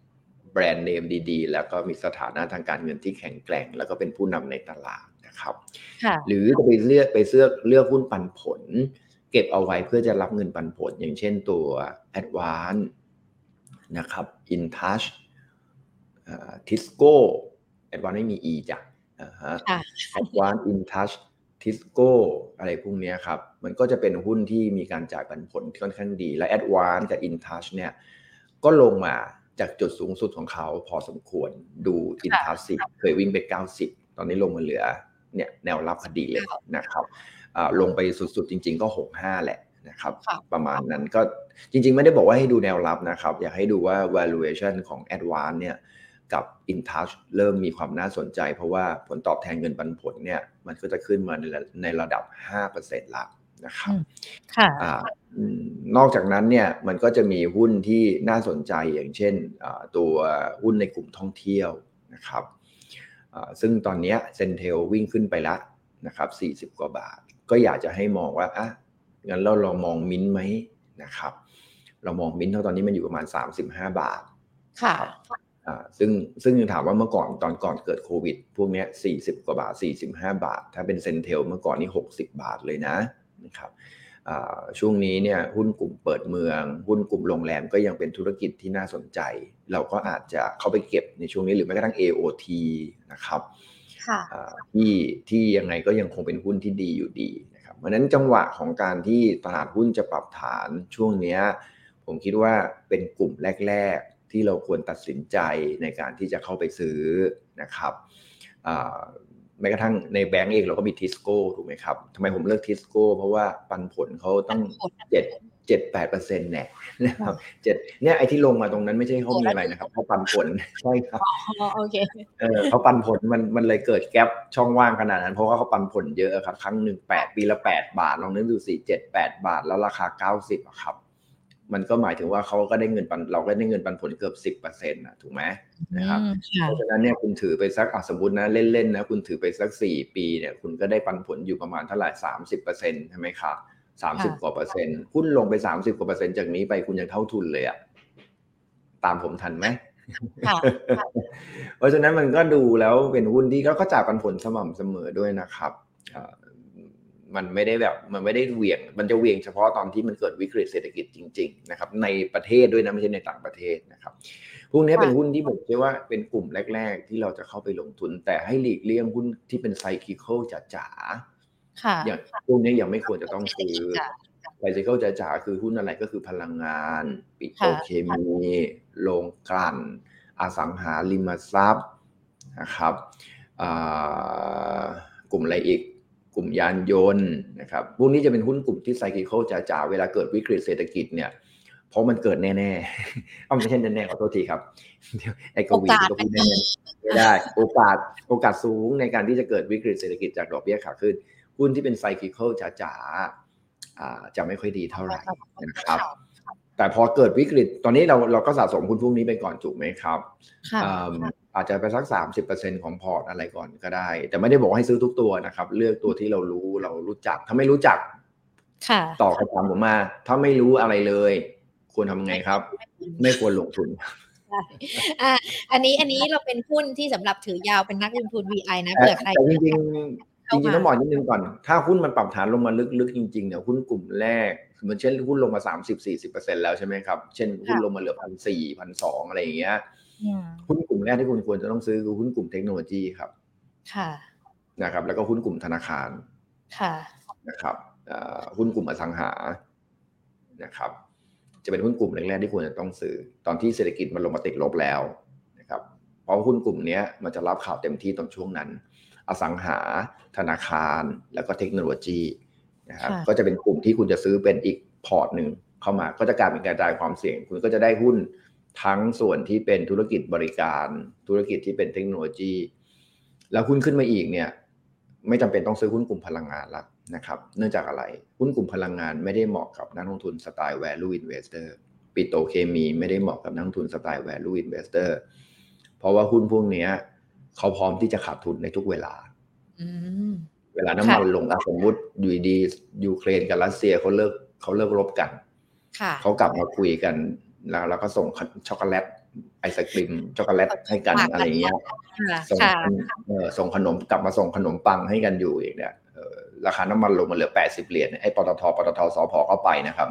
แบรนด์เนมดีๆแล้วก็มีสถานะทางการเงินที่แข็งแกร่งแล้วก็เป็นผู้นำในตลาดนะครับหรือจะไปเลือกไปเลือกเลือกหุ้นปันผลเก็บเอาไว้เพื่อจะรับเงินปันผลอย่างเช่นตัว Advance นะครับ InTouch อ่า Tisco Advance ไม่มี E จ้ะอ่าฮะ Advance InTouch Tisco อะไรพวกนี้ครับมันก็จะเป็นหุ้นที่มีการจ่ายปันผลที่ค่อนข้างดีและ Advance กับ InTouch เนี่ยก็ลงมาจากจุดสูงสุดของเขาพอสมควรดู InTouch สิเคยวิ่งไปเก้าสิบตอนนี้ลงมาเหลือเนี่ยแนวรับพอดีเลยนะครับลงไปสุดๆจริงๆก็หกสิบห้าแหละนะครับประมาณนั้นก็จริงๆไม่ได้บอกว่าให้ดูแนวรับนะครับอยากให้ดูว่า valuation ของ Advance เนี่ยกับ InTouch เริ่มมีความน่าสนใจเพราะว่าผลตอบแทนเงินปันผลเนี่ยมันก็จะขึ้นมาในในระดับ ห้าเปอร์เซ็นต์ ละนะครับค่ะนอกจากนั้นเนี่ยมันก็จะมีหุ้นที่น่าสนใจอย่างเช่นตัวหุ้นในกลุ่มท่องเที่ยวนะครับซึ่งตอนนี้เซนเทลวิ่งขึ้นไปแล้วนะครับสี่สิบกว่าบาทก็อยากจะให้มองว่าอ่ะงั้นเราลองมองมิ้นท์ไหมนะครับเรามองมิ้นท์เท่าตอนนี้มันอยู่ประมาณสามสิบห้าบาทค่ะอ่าซึ่งซึ่งถามว่าเมื่อก่อนตอนก่อนเกิดโควิดพวกนี้สี่สิบกว่าบาทสี่สิบห้าบาทถ้าเป็นเซนเทลเมื่อก่อนนี่หกสิบบาทเลยนะนะครับอ่าช่วงนี้เนี่ยหุ้นกลุ่มเปิดเมืองหุ้นกลุ่มโรงแรมก็ยังเป็นธุรกิจที่น่าสนใจเราก็อาจจะเข้าไปเก็บในช่วงนี้หรือแม้กระทั่ง เอ โอ ที นะครับที่ที่ยังไงก็ยังคงเป็นหุ้นที่ดีอยู่ดีนะครับเพราะฉะนั้นจังหวะของการที่ตลาดหุ้นจะปรับฐานช่วงนี้ผมคิดว่าเป็นกลุ่มแรกๆที่เราควรตัดสินใจในการที่จะเข้าไปซื้อนะครับแม้กระทั่งในแบงก์เองเราก็มีทิสโก้ถูกไหมครับทำไมผมเลือกทิสโก้เพราะว่าปันผลเขาต้องเจ็ด เจ็ด แปดเปอร์เซ็นต์ แน่นะครับเจ็ดเนี่ยไอ้ที่ลงมาตรงนั้นไม่ใช่เขามีอะไรนะครับเขาปันผลใช่ครับอ๋อโอเคเออเขาปันผลมันมันเลยเกิดแกปช่องว่างขนาดนั้นเพราะว่าเขาปันผลเยอะครับครั้งหนึ่งแปดปีละแปดบาทลองนึกดูสิ เจ็ด แปดบาทแล้วราคาเก้าสิบอ่ะครับมันก็หมายถึงว่าเขาก็ได้เงินปันเราก็ได้เงินปันผลเกือบ สิบเปอร์เซ็นต์ นะถูกไหมนะครับเพราะฉะนั้นเนี่ยคุณถือไปสักสมมุตินะเล่นๆนะคุณถือไปสักสี่ปีเนี่ยคุณก็ได้ปันผลอยู่ประมาณเท่าไหร่ สามสิบเปอร์เซ็นต์ ใช่ไหมครับสามสิบกว่าเปอร์เซ็นต์หุ้นลงไปสามสิบกว่าเปอร์เซ็นต์จากนี้ไปคุณยังเท่าทุนเลยอ่ะตามผมทันไหมค่ะเพราะฉะนั้นมันก็ดูแล้วเป็นหุ้นที่เขาก็จ่ายปันผลสม่ำเสมอด้วยนะครับมันไม่ได้แบบมันไม่ได้เหวี่ยงมันจะเหวี่ยงเฉพาะตอนที่มันเกิดวิกฤตเศรษฐกิจจริงๆนะครับในประเทศด้วยนะไม่ใช่ในต่างประเทศนะครับพวกนี้เป็นหุ้นที่ผมเชื่อว่าเป็นกลุ่มแรกๆที่เราจะเข้าไปลงทุนแต่ให้หลีกเลี่ยงหุ้นที่เป็นไซคลิคอลจ๋าๆอย่างพวกนี้ยังไม่ควรจะต้องซื้อไซคลิคอลจ๋าๆคือหุ้นอะไรก็คือพลังงานปิโตรเคมีโรงกลั่นอสังหาริมทรัพย์นะครับกลุ่มอะไรอีกกลุ่มยานยนต์นะครับพวกนี้จะเป็นหุ้นกลุ่มที่ไซคลิคอลจ๋าๆเวลาเกิดวิกฤตเศรษฐกิจเนี่ยเพราะมันเกิดแน่ๆเอาไม่ใช่แน่ๆขอโทษทีครับไอ้กวีก็พูดแน่ๆไม่ได้โอกาสโอกาสสูงในการที่จะเกิดวิกฤตเศรษฐกิจจากดอกเบี้ยขาขึ้นหุ้นที่เป็นไซคลิคอลจ๋าๆจะไม่ค่อยดีเท่าไหร่นะครับแต่พอเกิดวิกฤตตอนนี้เราเราก็สะสมหุ้นพวกนี้ไปก่อนถูกไหมครับอาจจะไปสัก สามสิบเปอร์เซ็นต์ ของพอร์ตอะไรก่อนก็ได้แต่ไม่ได้บอกให้ซื้อทุกตัวนะครับเลือกตัวที่เรารู้เรารู้จักถ้าไม่รู้จักต่อคำถามผมมาถ้าไม่รู้อะไรเลยควรทำไงครับไม่ควรลงทุนอ่าอันนี้อันนี้เราเป็นหุ้นที่สำหรับถือยาวเป็นนักลงทุน วี ไอ นะเผื่อใครแต่จริงๆจริงๆต้องบอกนิดนึงก่อนถ้าหุ้นมันปรับฐานลงมาลึกๆจริงๆเนี่ยหุ้นกลุ่มแรกเหมือนเช่นหุ้นลงมา สามสิบถึงสี่สิบเปอร์เซ็นต์ แล้วใช่ไหมครับเช่นหุ้นลงมาเหลือ หนึ่งพันสี่ร้อย หนึ่งพันสองร้อย อะไรอย่างเงี้ยหุ้นกลุ่มแรกที่คุณควรจะต้องซื้อคือหุ้นกลุ่มเทคโนโลยีครับค่ะนะครับแล้วก็หุ้นกลุ่มธนาคารค่ะนะครับหุ้นกลุ่มอสังหานะครับจะเป็นหุ้นกลุ่มแรกๆที่ควรจะต้องซื้อตอนที่เศรษฐกิจมันลงมาติดลบแล้วนะครับเพราะหุ้นกลุ่มนี้มันจะรับข่าวเต็มที่ตอนช่วงนั้นอสังหาธนาคารแล้วก็เทคโนโลยีนะครับก็จะเป็นกลุ่มที่คุณจะซื้อเป็นอีกพอร์ตหนึ่งเข้ามาก็จะกลายเป็นกระจายความเสี่ยงคุณก็จะได้หุ้นทั้งส่วนที่เป็นธุรกิจบริการธุรกิจที่เป็นเทคโนโลยีแล้วหุ้นขึ้นมาอีกเนี่ยไม่จำเป็นต้องซื้อหุ้นกลุ่มพลังงานละนะครับเนื่องจากอะไรหุ้นกลุ่มพลังงานไม่ได้เหมาะกับนักลงทุนสไตล์ value investor ปิโตรเคมีไม่ได้เหมาะกับนักลงทุนสไตล์ value investor เพราะว่าหุ้นพวกนี้เขาพร้อมที่จะขาดทุนในทุกเวลาเวลาน้ำมันลงสมมุติอยู่ดียูเครนกับรัสเซียเขาเลิกเขาเลิกรบกันเขากลับมาคุยกันแล้วแล้วก็ส่งช็อกโกแลตไอศกรีมช็อกโกแลตให้กันอะไรเงี้ยส่งเออส่งขนมกลับมาส่งขนมปังให้กันอยู่อีกเนี่ยเออราคาน้ำมันลงมาเหลือแปดสิบเหรียญไอ้ปตทปตทสผเข้าไปนะครับ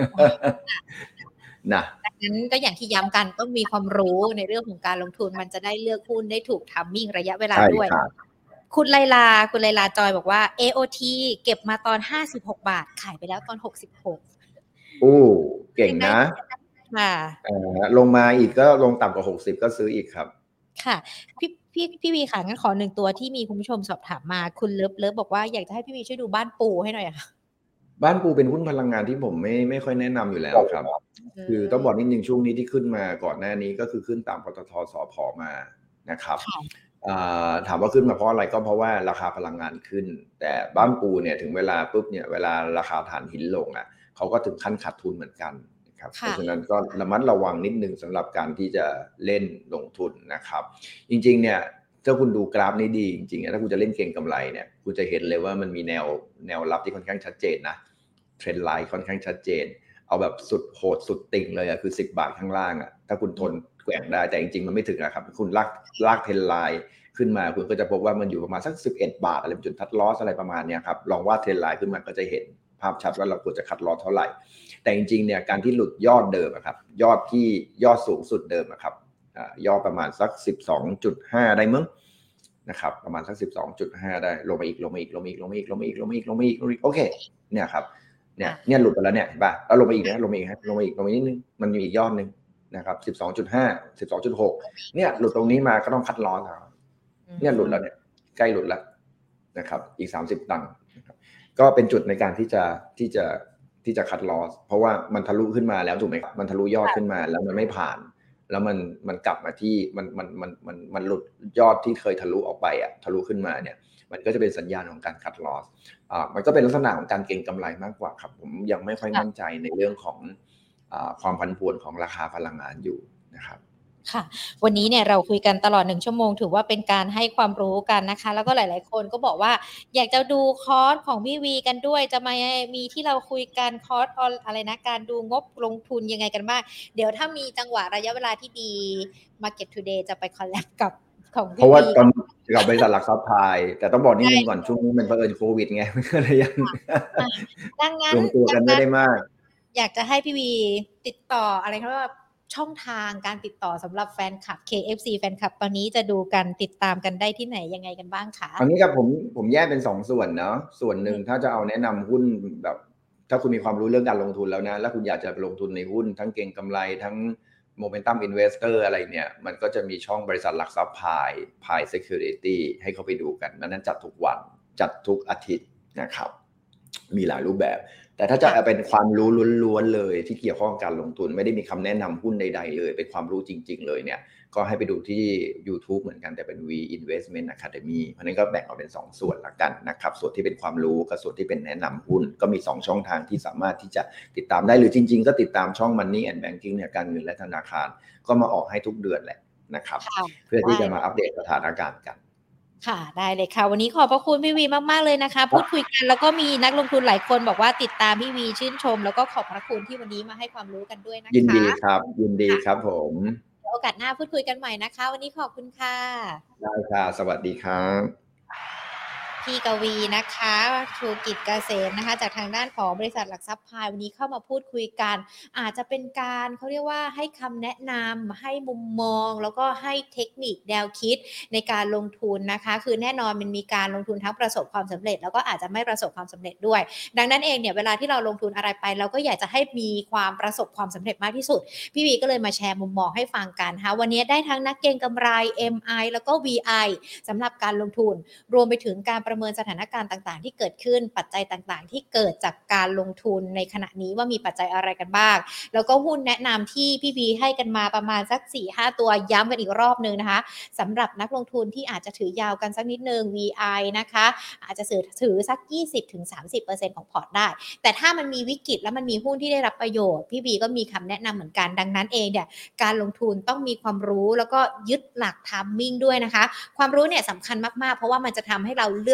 นะดังนั้นก็อย่างที่ย้ำกันต้องมีความรู้ในเรื่องของการลงทุนมันจะได้เลือกหุ้นได้ถูกทัมมิ่งระยะเวลาด้วยคุณไลลาคุณไลลาจอยบอกว่า เอ โอ ที เก็บมาตอนห้าสิบหกบาทขายไปแล้วตอนหกสิบหกโอ้เก่งนะค่ะลงมาอีกก็ลงต่ำกว่าหกสิบก็ซื้ออีกครับค่ะพี่พี่พี่วีค่ะงั้นขอหนึ่งตัวที่มีคุณผู้ชมสอบถามมาคุณเลิฟเลิฟบอกว่าอยากจะให้พี่วีช่วยดูบ้านปูให้หน่อยค่ะบ้านปูเป็นหุ้นพลังงานที่ผมไม่ไม่ค่อยแนะนำอยู่แล้วครับคือต้องบอกนิดนึงช่วงนี้ที่ขึ้นมาก่อนหน้านี้ก็คือขึ้นตามปตทสผมานะครับถามว่าขึ้นมาเพราะอะไรก็เพราะว่าราคาพลังงานขึ้นแต่บ้านปูเนี่ยถึงเวลาปุ๊บเนี่ยเวลาราคาถ่านหินลงอ่ะเขาก็ถึงขั้นขาดทุนเหมือนกันครับเพราะฉะนั้นก็ระมัดระวังนิดนึงสำหรับการที่จะเล่นลงทุนนะครับจริงๆเนี่ยถ้าคุณดูกราฟนี้ดีจริงๆถ้าคุณจะเล่นเก็งกำไรเนี่ยคุณจะเห็นเลยว่ามันมีแนวแนวรับที่ค่อนข้างชัดเจนนะเทรนด์ไลน์ค่อนข้างชัดเจนเอาแบบสุดโหดสุดติ่งเลยอะคือสิบบาทข้างล่างอะถ้าคุณทนแกว่งได้แต่จริงๆมันไม่ถึงนะครับคุณลากลากเทรนด์ไลน์ขึ้นมาคุณก็จะพบว่ามันอยู่ประมาณสักสิบเอ็ดบาทอะไรจุดคัทลอสอะไรประมาณนี้ครับลองวาดเทรนด์ไลน์ขึ้นมาก็จะเห็นภาพชัดว่าเราควรจะคัทลอสเท่าไหร่แต่จริงๆเนี่ยการที่หลุดยอดเดิมครับยอดที่ยอดสูงสุดเดิมครับยอดประมาณสัก สิบสองจุดห้า ได้มั้งนะครับประมาณสัก สิบสองจุดห้า ได้ลงมาอีกลงมาอีกลงมาอีกลงมาอีกลงมาอีกลงมาอีกลงมาอีกลงมาอีกโอเคเนี่ยครับเนี่ยเนี่ยหลุดไปแล้วเนี่ยเห็นป่ะแล้วลงมาอีกนะลงมาอีกฮะลงมาอีกลงมานิดนึงมันมีอีกยอดนึงนะครับ สิบสองจุดห้า สิบสองจุดหก เนี่ยหลุดตรงนี้มาก็ต้องคัดลอสครับเนี่ยหลุดแล้วเนี่ยใกล้หลุดแล้วนะครับอีกสามสิบตังค์ก็เป็นจุดในการที่จะที่จะที่จะคัดลอสเพราะว่ามันทะลุขึ้นมาแล้วถูกไหมมันทะลุยอดขึ้นมาแล้วมันไม่ผ่านแล้วมันมันกลับมาที่มันมันมันมันมันหลุดยอดที่เคยทะลุออกไปอ่ะทะลุขึ้นมาเนี่ยมันก็จะเป็นสัญญาณของการคัดลอสอ่ามันก็เป็นลักษณะของการเก็งกำไรมากกว่าครับผมยังไม่ค่อยมั่นใจในเรื่องของอ่าความผันผวนของราคาพลังงานอยู่นะครับค่ะวันนี้เนี่ยเราคุยกันตลอดหนึ่งชั่วโมงถือว่าเป็นการให้ความรู้กันนะคะแล้วก็หลายๆคนก็บอกว่าอยากจะดูคอร์สของพี่วีกันด้วยจะมามีที่เราคุยกันคอร์สอะไรนะการดูงบลงทุนยังไงกันบ้างเดี๋ยวถ้ามีจังหวะระยะเวลาที่ดี Market Today จะไปคอลแลบกับของพี่วีเพราะว่าตอนกับบริษัทหลักทรัพย์ไทยแต่ต้องบอกนิดนึงก่อนช่วงนี้มันเผอิญโควิดไงมันก็เลยยังดังนั้นลงตัวกันไม่ได้มากอยากจะให้พี่วีติดต่ออะไรเขาว่าช่องทางการติดต่อสำหรับแฟนคลับ เค เอฟ ซี แฟนคลับตอนนี้จะดูกันติดตามกันได้ที่ไหนยังไงกันบ้างคะอันนี้ครับผมผมแยกเป็นสองส่วนเนาะส่วนหนึ่งถ้าจะเอาแนะนำหุ้นแบบถ้าคุณมีความรู้เรื่องการลงทุนแล้วนะแล้วคุณอยากจะลงทุนในหุ้นทั้งเก็งกำไรทั้ง Momentum Investor อะไรเนี่ยมันก็จะมีช่องบริษัทหลักทรัพย์พายพาย Security ให้เขาไปดูกันนั้นจัดทุกวันจัดทุกอาทิตย์นะครับมีหลายรูปแบบแต่ถ้าจะเป็นความรู้ล้วนๆเลยที่เกี่ยวข้องกับการลงทุนไม่ได้มีคำแนะนำหุ้นใดๆเลยเป็นความรู้จริงๆเลยเนี่ยก็ให้ไปดูที่ YouTube เหมือนกันแต่เป็น V Investment Academy เพราะนั้นก็แบ่งออกเป็นสองส่วนละกันนะครับส่วนที่เป็นความรู้กับส่วนที่เป็นแนะนำหุ้นก็มีสองช่องทางที่สามารถที่จะติดตามได้หรือจริงๆก็ติดตามช่อง Money and Banking เนี่ยการเงินและธนาคารก็มาออกให้ทุกเดือนแหละนะครับเพื่อที่จะมาอัปเดตสถานการณ์กันค่ะได้เลยค่ะวันนี้ขอบพระคุณพี่วีมากๆเลยนะคะพูดคุยกันแล้วก็มีนักลงทุนหลายคนบอกว่าติดตามพี่วีชื่นชมแล้วก็ขอบพระคุณที่วันนี้มาให้ความรู้กันด้วยนะคะยินดีครับยินดีครับผมโอกาสหน้าพูดคุยกันใหม่นะคะวันนี้ขอบคุณค่ะได้ค่ะสวัสดีครับพี่กวีนะคะชูกิจเกษมนะคะจากทางด้านของบริษัทหลักทรัพย์พายวันนี้เข้ามาพูดคุยกันอาจจะเป็นการเขาเรียกว่าให้คำแนะนำให้มุมมองแล้วก็ให้เทคนิคแนวคิดในการลงทุนนะคะคือแน่นอนมันมีการลงทุนทั้งประสบความสำเร็จแล้วก็อาจจะไม่ประสบความสำเร็จด้วยดังนั้นเองเนี่ยเวลาที่เราลงทุนอะไรไปเราก็อยากจะให้มีความประสบความสำเร็จมากที่สุดพี่วีก็เลยมาแชร์มุมมองให้ฟังกันนะคะวันนี้ได้ทั้งนักเก็งกำไร เอ็ม ไอ แล้วก็ วี ไอ สำหรับการลงทุนรวมไปถึงการประเมินสถานการณ์ต่างๆที่เกิดขึ้นปัจจัยต่างๆที่เกิดจากการลงทุนในขณะนี้ว่ามีปัจจัยอะไรกันบ้างแล้วก็หุ้นแนะนำที่พี่วีให้กันมาประมาณสัก สี่ห้า ตัวย้ำกันอีกรอบนึงนะคะสำหรับนักลงทุนที่อาจจะถือยาวกันสักนิดนึง วี ไอ นะคะอาจจะถือถือสัก ยี่สิบถึงสามสิบเปอร์เซ็นต์ ของพอร์ตได้แต่ถ้ามันมีวิกฤตแล้วมันมีหุ้นที่ได้รับประโยชน์พี่วีก็มีคำแนะนำเหมือนกันดังนั้นเองเนี่ยการลงทุนต้องมีความรู้แล้วก็ยึดหลัก timing ด้วยนะคะความรู้เนี่ยสำคัญมากๆเพราะว่ามันจะทำให้เราเลือก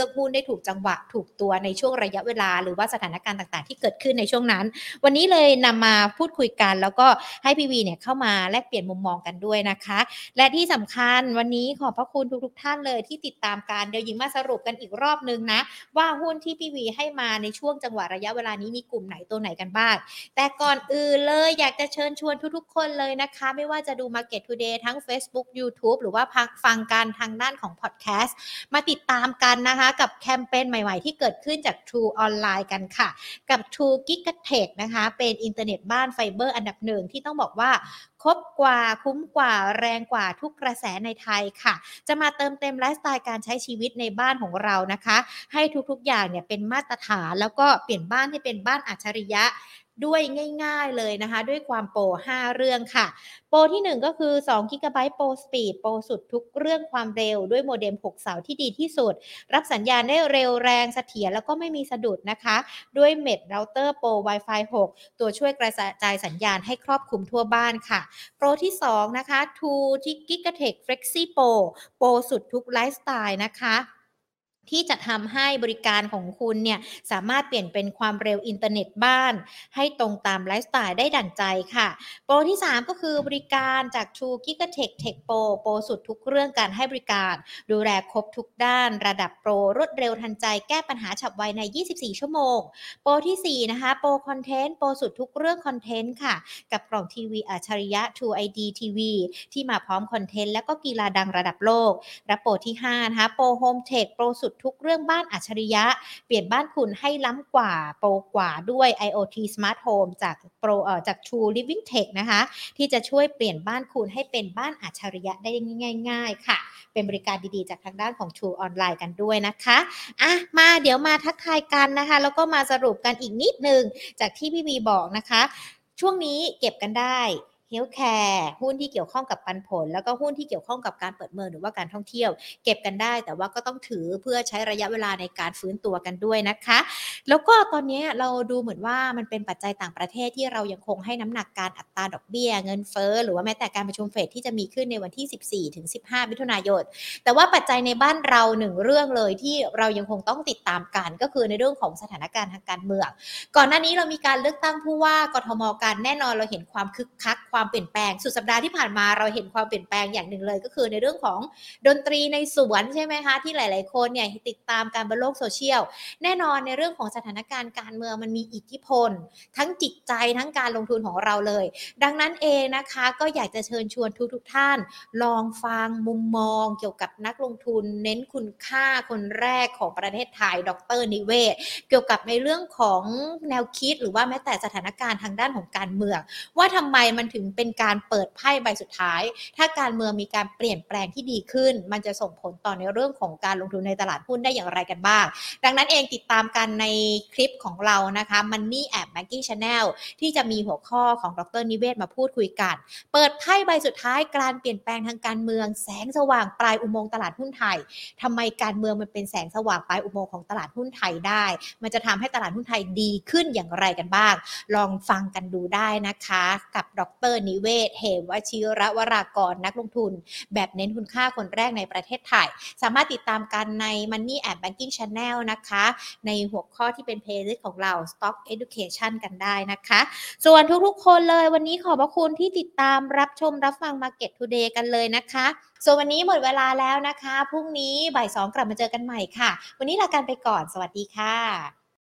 อกหุ้นได้ถูกจังหวะถูกตัวในช่วงระยะเวลาหรือว่าสถานการณ์ต่างๆที่เกิดขึ้นในช่วงนั้นวันนี้เลยนำมาพูดคุยกันแล้วก็ให้พี่วีเนี่ยเข้ามาแลกเปลี่ยนมุมมองกันด้วยนะคะและที่สำคัญวันนี้ขอบพระคุณทุกๆท่านเลยที่ติดตามกันเดี๋ยวหญิงมาสรุปกันอีกรอบนึงนะว่าหุ้นที่พี่วีให้มาในช่วงจังหวะระยะเวลานี้มีกลุ่มไหนตัวไหนกันบ้างแต่ก่อนอื่นเลยอยากจะเชิญชวนทุกๆคนเลยนะคะไม่ว่าจะดู Market Today ทั้ง Facebook YouTube หรือว่าพักฟังกันทางด้านของพอดแคสต์มาติดตามกันนะคะกับแคมเปญใหม่ๆที่เกิดขึ้นจาก True ออนไลน์กันค่ะกับ True Gigatech นะคะเป็นอินเทอร์เน็ตบ้านไฟเบอร์อันดับหนึ่งที่ต้องบอกว่าครบกว่าคุ้มกว่าแรงกว่าทุกกระแสในไทยค่ะจะมาเติมเต็มไลฟ์สไตล์การใช้ชีวิตในบ้านของเรานะคะให้ทุกๆอย่างเนี่ยเป็นมาตรฐานแล้วก็เปลี่ยนบ้านให้เป็นบ้านอัจฉริยะด้วยง่ายๆเลยนะคะด้วยความโปรห้าเรื่องค่ะโปรที่หนึ่งก็คือสอง จี บี โปรสปีดโปรสุดทุกเรื่องความเร็วด้วยโมเด็มหกเสาที่ดีที่สุดรับสัญญาณได้เร็วแรงเสถียรแล้วก็ไม่มีสะดุดนะคะด้วย Met Router Pro Wi-Fi หกตัวช่วยกระจายสัญญาณให้ครอบคลุมทั่วบ้านค่ะโปรที่สองนะคะ True Gigatech Flexi Pro โปรสุดทุกไลฟ์สไตล์นะคะที่จะทำให้บริการของคุณเนี่ยสามารถเปลี่ยนเป็นความเร็วอินเทอร์เน็ตบ้านให้ตรงตามไลฟ์สไตล์ได้ดั่งใจค่ะโปรที่สามก็คือบริการจาก True Gigatech Tech Pro โปรสุดทุกเรื่องการให้บริการดูแลครบทุกด้านระดับโปรรวดเร็วทันใจแก้ปัญหาฉับไวในยี่สิบสี่ชั่วโมงโปรที่สี่นะคะโปรคอนเทนต์โปรสุดทุกเรื่องคอนเทนต์ค่ะกับกล่องทีวีอัจฉริยะ True ไอ ดี ที วี ที่มาพร้อมคอนเทนต์และก็กีฬาดังระดับโลกและโปรที่ห้านะคะโปร Home Tech โปรสุดทุกเรื่องบ้านอัจฉริยะเปลี่ยนบ้านคุณให้ล้ำกว่าโปรกว่าด้วย IoT Smart Home จากโปรเอ่อจาก True Living Tech นะคะที่จะช่วยเปลี่ยนบ้านคุณให้เป็นบ้านอัจฉริยะได้ง่ายๆค่ะเป็นบริการดีๆจากทางด้านของ True ออนไลน์กันด้วยนะคะอ่ะมาเดี๋ยวมาทักทายกันนะคะแล้วก็มาสรุปกันอีกนิดนึงจากที่พี่วีบอกนะคะช่วงนี้เก็บกันได้เฮลท์แคร์หุ้นที่เกี่ยวข้องกับปันผลแล้วก็หุ้นที่เกี่ยวข้องกับการเปิดเมืองหรือว่าการท่องเที่ยวเก็บกันได้แต่ว่าก็ต้องถือเพื่อใช้ระยะเวลาในการฟื้นตัวกันด้วยนะคะแล้วก็ตอนนี้เราดูเหมือนว่ามันเป็นปัจจัยต่างประเทศที่เรายังคงให้น้ำหนักการอัตราดอกเบี้ยเงินเฟ้อหรือว่าแม้แต่การประชุมเฟดที่จะมีขึ้นในวันที่สิบสี่ถึงสิบห้ามิถุนายนแต่ว่าปัจจัยในบ้านเราหนึ่งเรื่องเลยที่เรายังคงต้องติดตามกันก็คือในเรื่องของสถานการณ์ทางการเมืองก่อนหน้านี้เรามีการเลือกตั้งผู้ว่ากทมกันแน่นอนเราเห็นความคึกคักความเปลี่ยนแปลงสุดสัปดาห์ที่ผ่านมาเราเห็นความเปลี่ยนแปลงอย่างหนึ่งเลยก็คือในเรื่องของดนตรีในสวนใช่ไหมคะที่หลายๆคนเนี่ยติดตามการบนโลกโซเชียลแน่นอนในเรื่องของสถานการณ์การเมืองมันมีอิทธิพลทั้งจิตใจทั้งการลงทุนของเราเลยดังนั้นเองนะคะก็อยากจะเชิญชวนทุกๆท่านลองฟังมุมมองเกี่ยวกับนักลงทุนเน้นคุณค่าคนแรกของประเทศไทยดร.นิเวศน์เกี่ยวกับในเรื่องของแนวคิดหรือว่าแม้แต่สถานการณ์ทางด้านของการเมืองว่าทำไมมันถึงเป็นการเปิดไพ่ใบสุดท้ายถ้าการเมืองมีการเปลี่ยนแปลงที่ดีขึ้นมันจะส่งผลต่อในเรื่องของการลงทุนในตลาดหุ้นได้อย่างไรกันบ้างดังนั้นเองติดตามกันในคลิปของเรานะคะ Money and Banking Channel ที่จะมีหัวข้อของดร.นิเวศน์มาพูดคุยกันเปิดไพ่ใบสุดท้ายการเปลี่ยนแปลงทางการเมืองแสงสว่างปลายอุโมงค์ตลาดหุ้นไทยทำไมการเมืองมันเป็นแสงสว่างปลายอุโมงค์ของตลาดหุ้นไทยได้มันจะทำให้ตลาดหุ้นไทยดีขึ้นอย่างไรกันบ้างลองฟังกันดูได้นะคะกับดร.นิเวศน์เหมวชิรวรากรนักลงทุนแบบเน้นคุณค่าคนแรกในประเทศไทยสามารถติดตามกันใน Money and Banking Channel นะคะในหัวข้อที่เป็น playlist ของเรา Stock Education กันได้นะคะส่วนทุกๆคนเลยวันนี้ขอบพระคุณที่ติดตามรับชมรับฟัง Market Today กันเลยนะคะส่วนวันนี้หมดเวลาแล้วนะคะพรุ่งนี้บ่ายสองกลับมาเจอกันใหม่ค่ะวันนี้ลากันไปก่อนสวัสดีค่ะ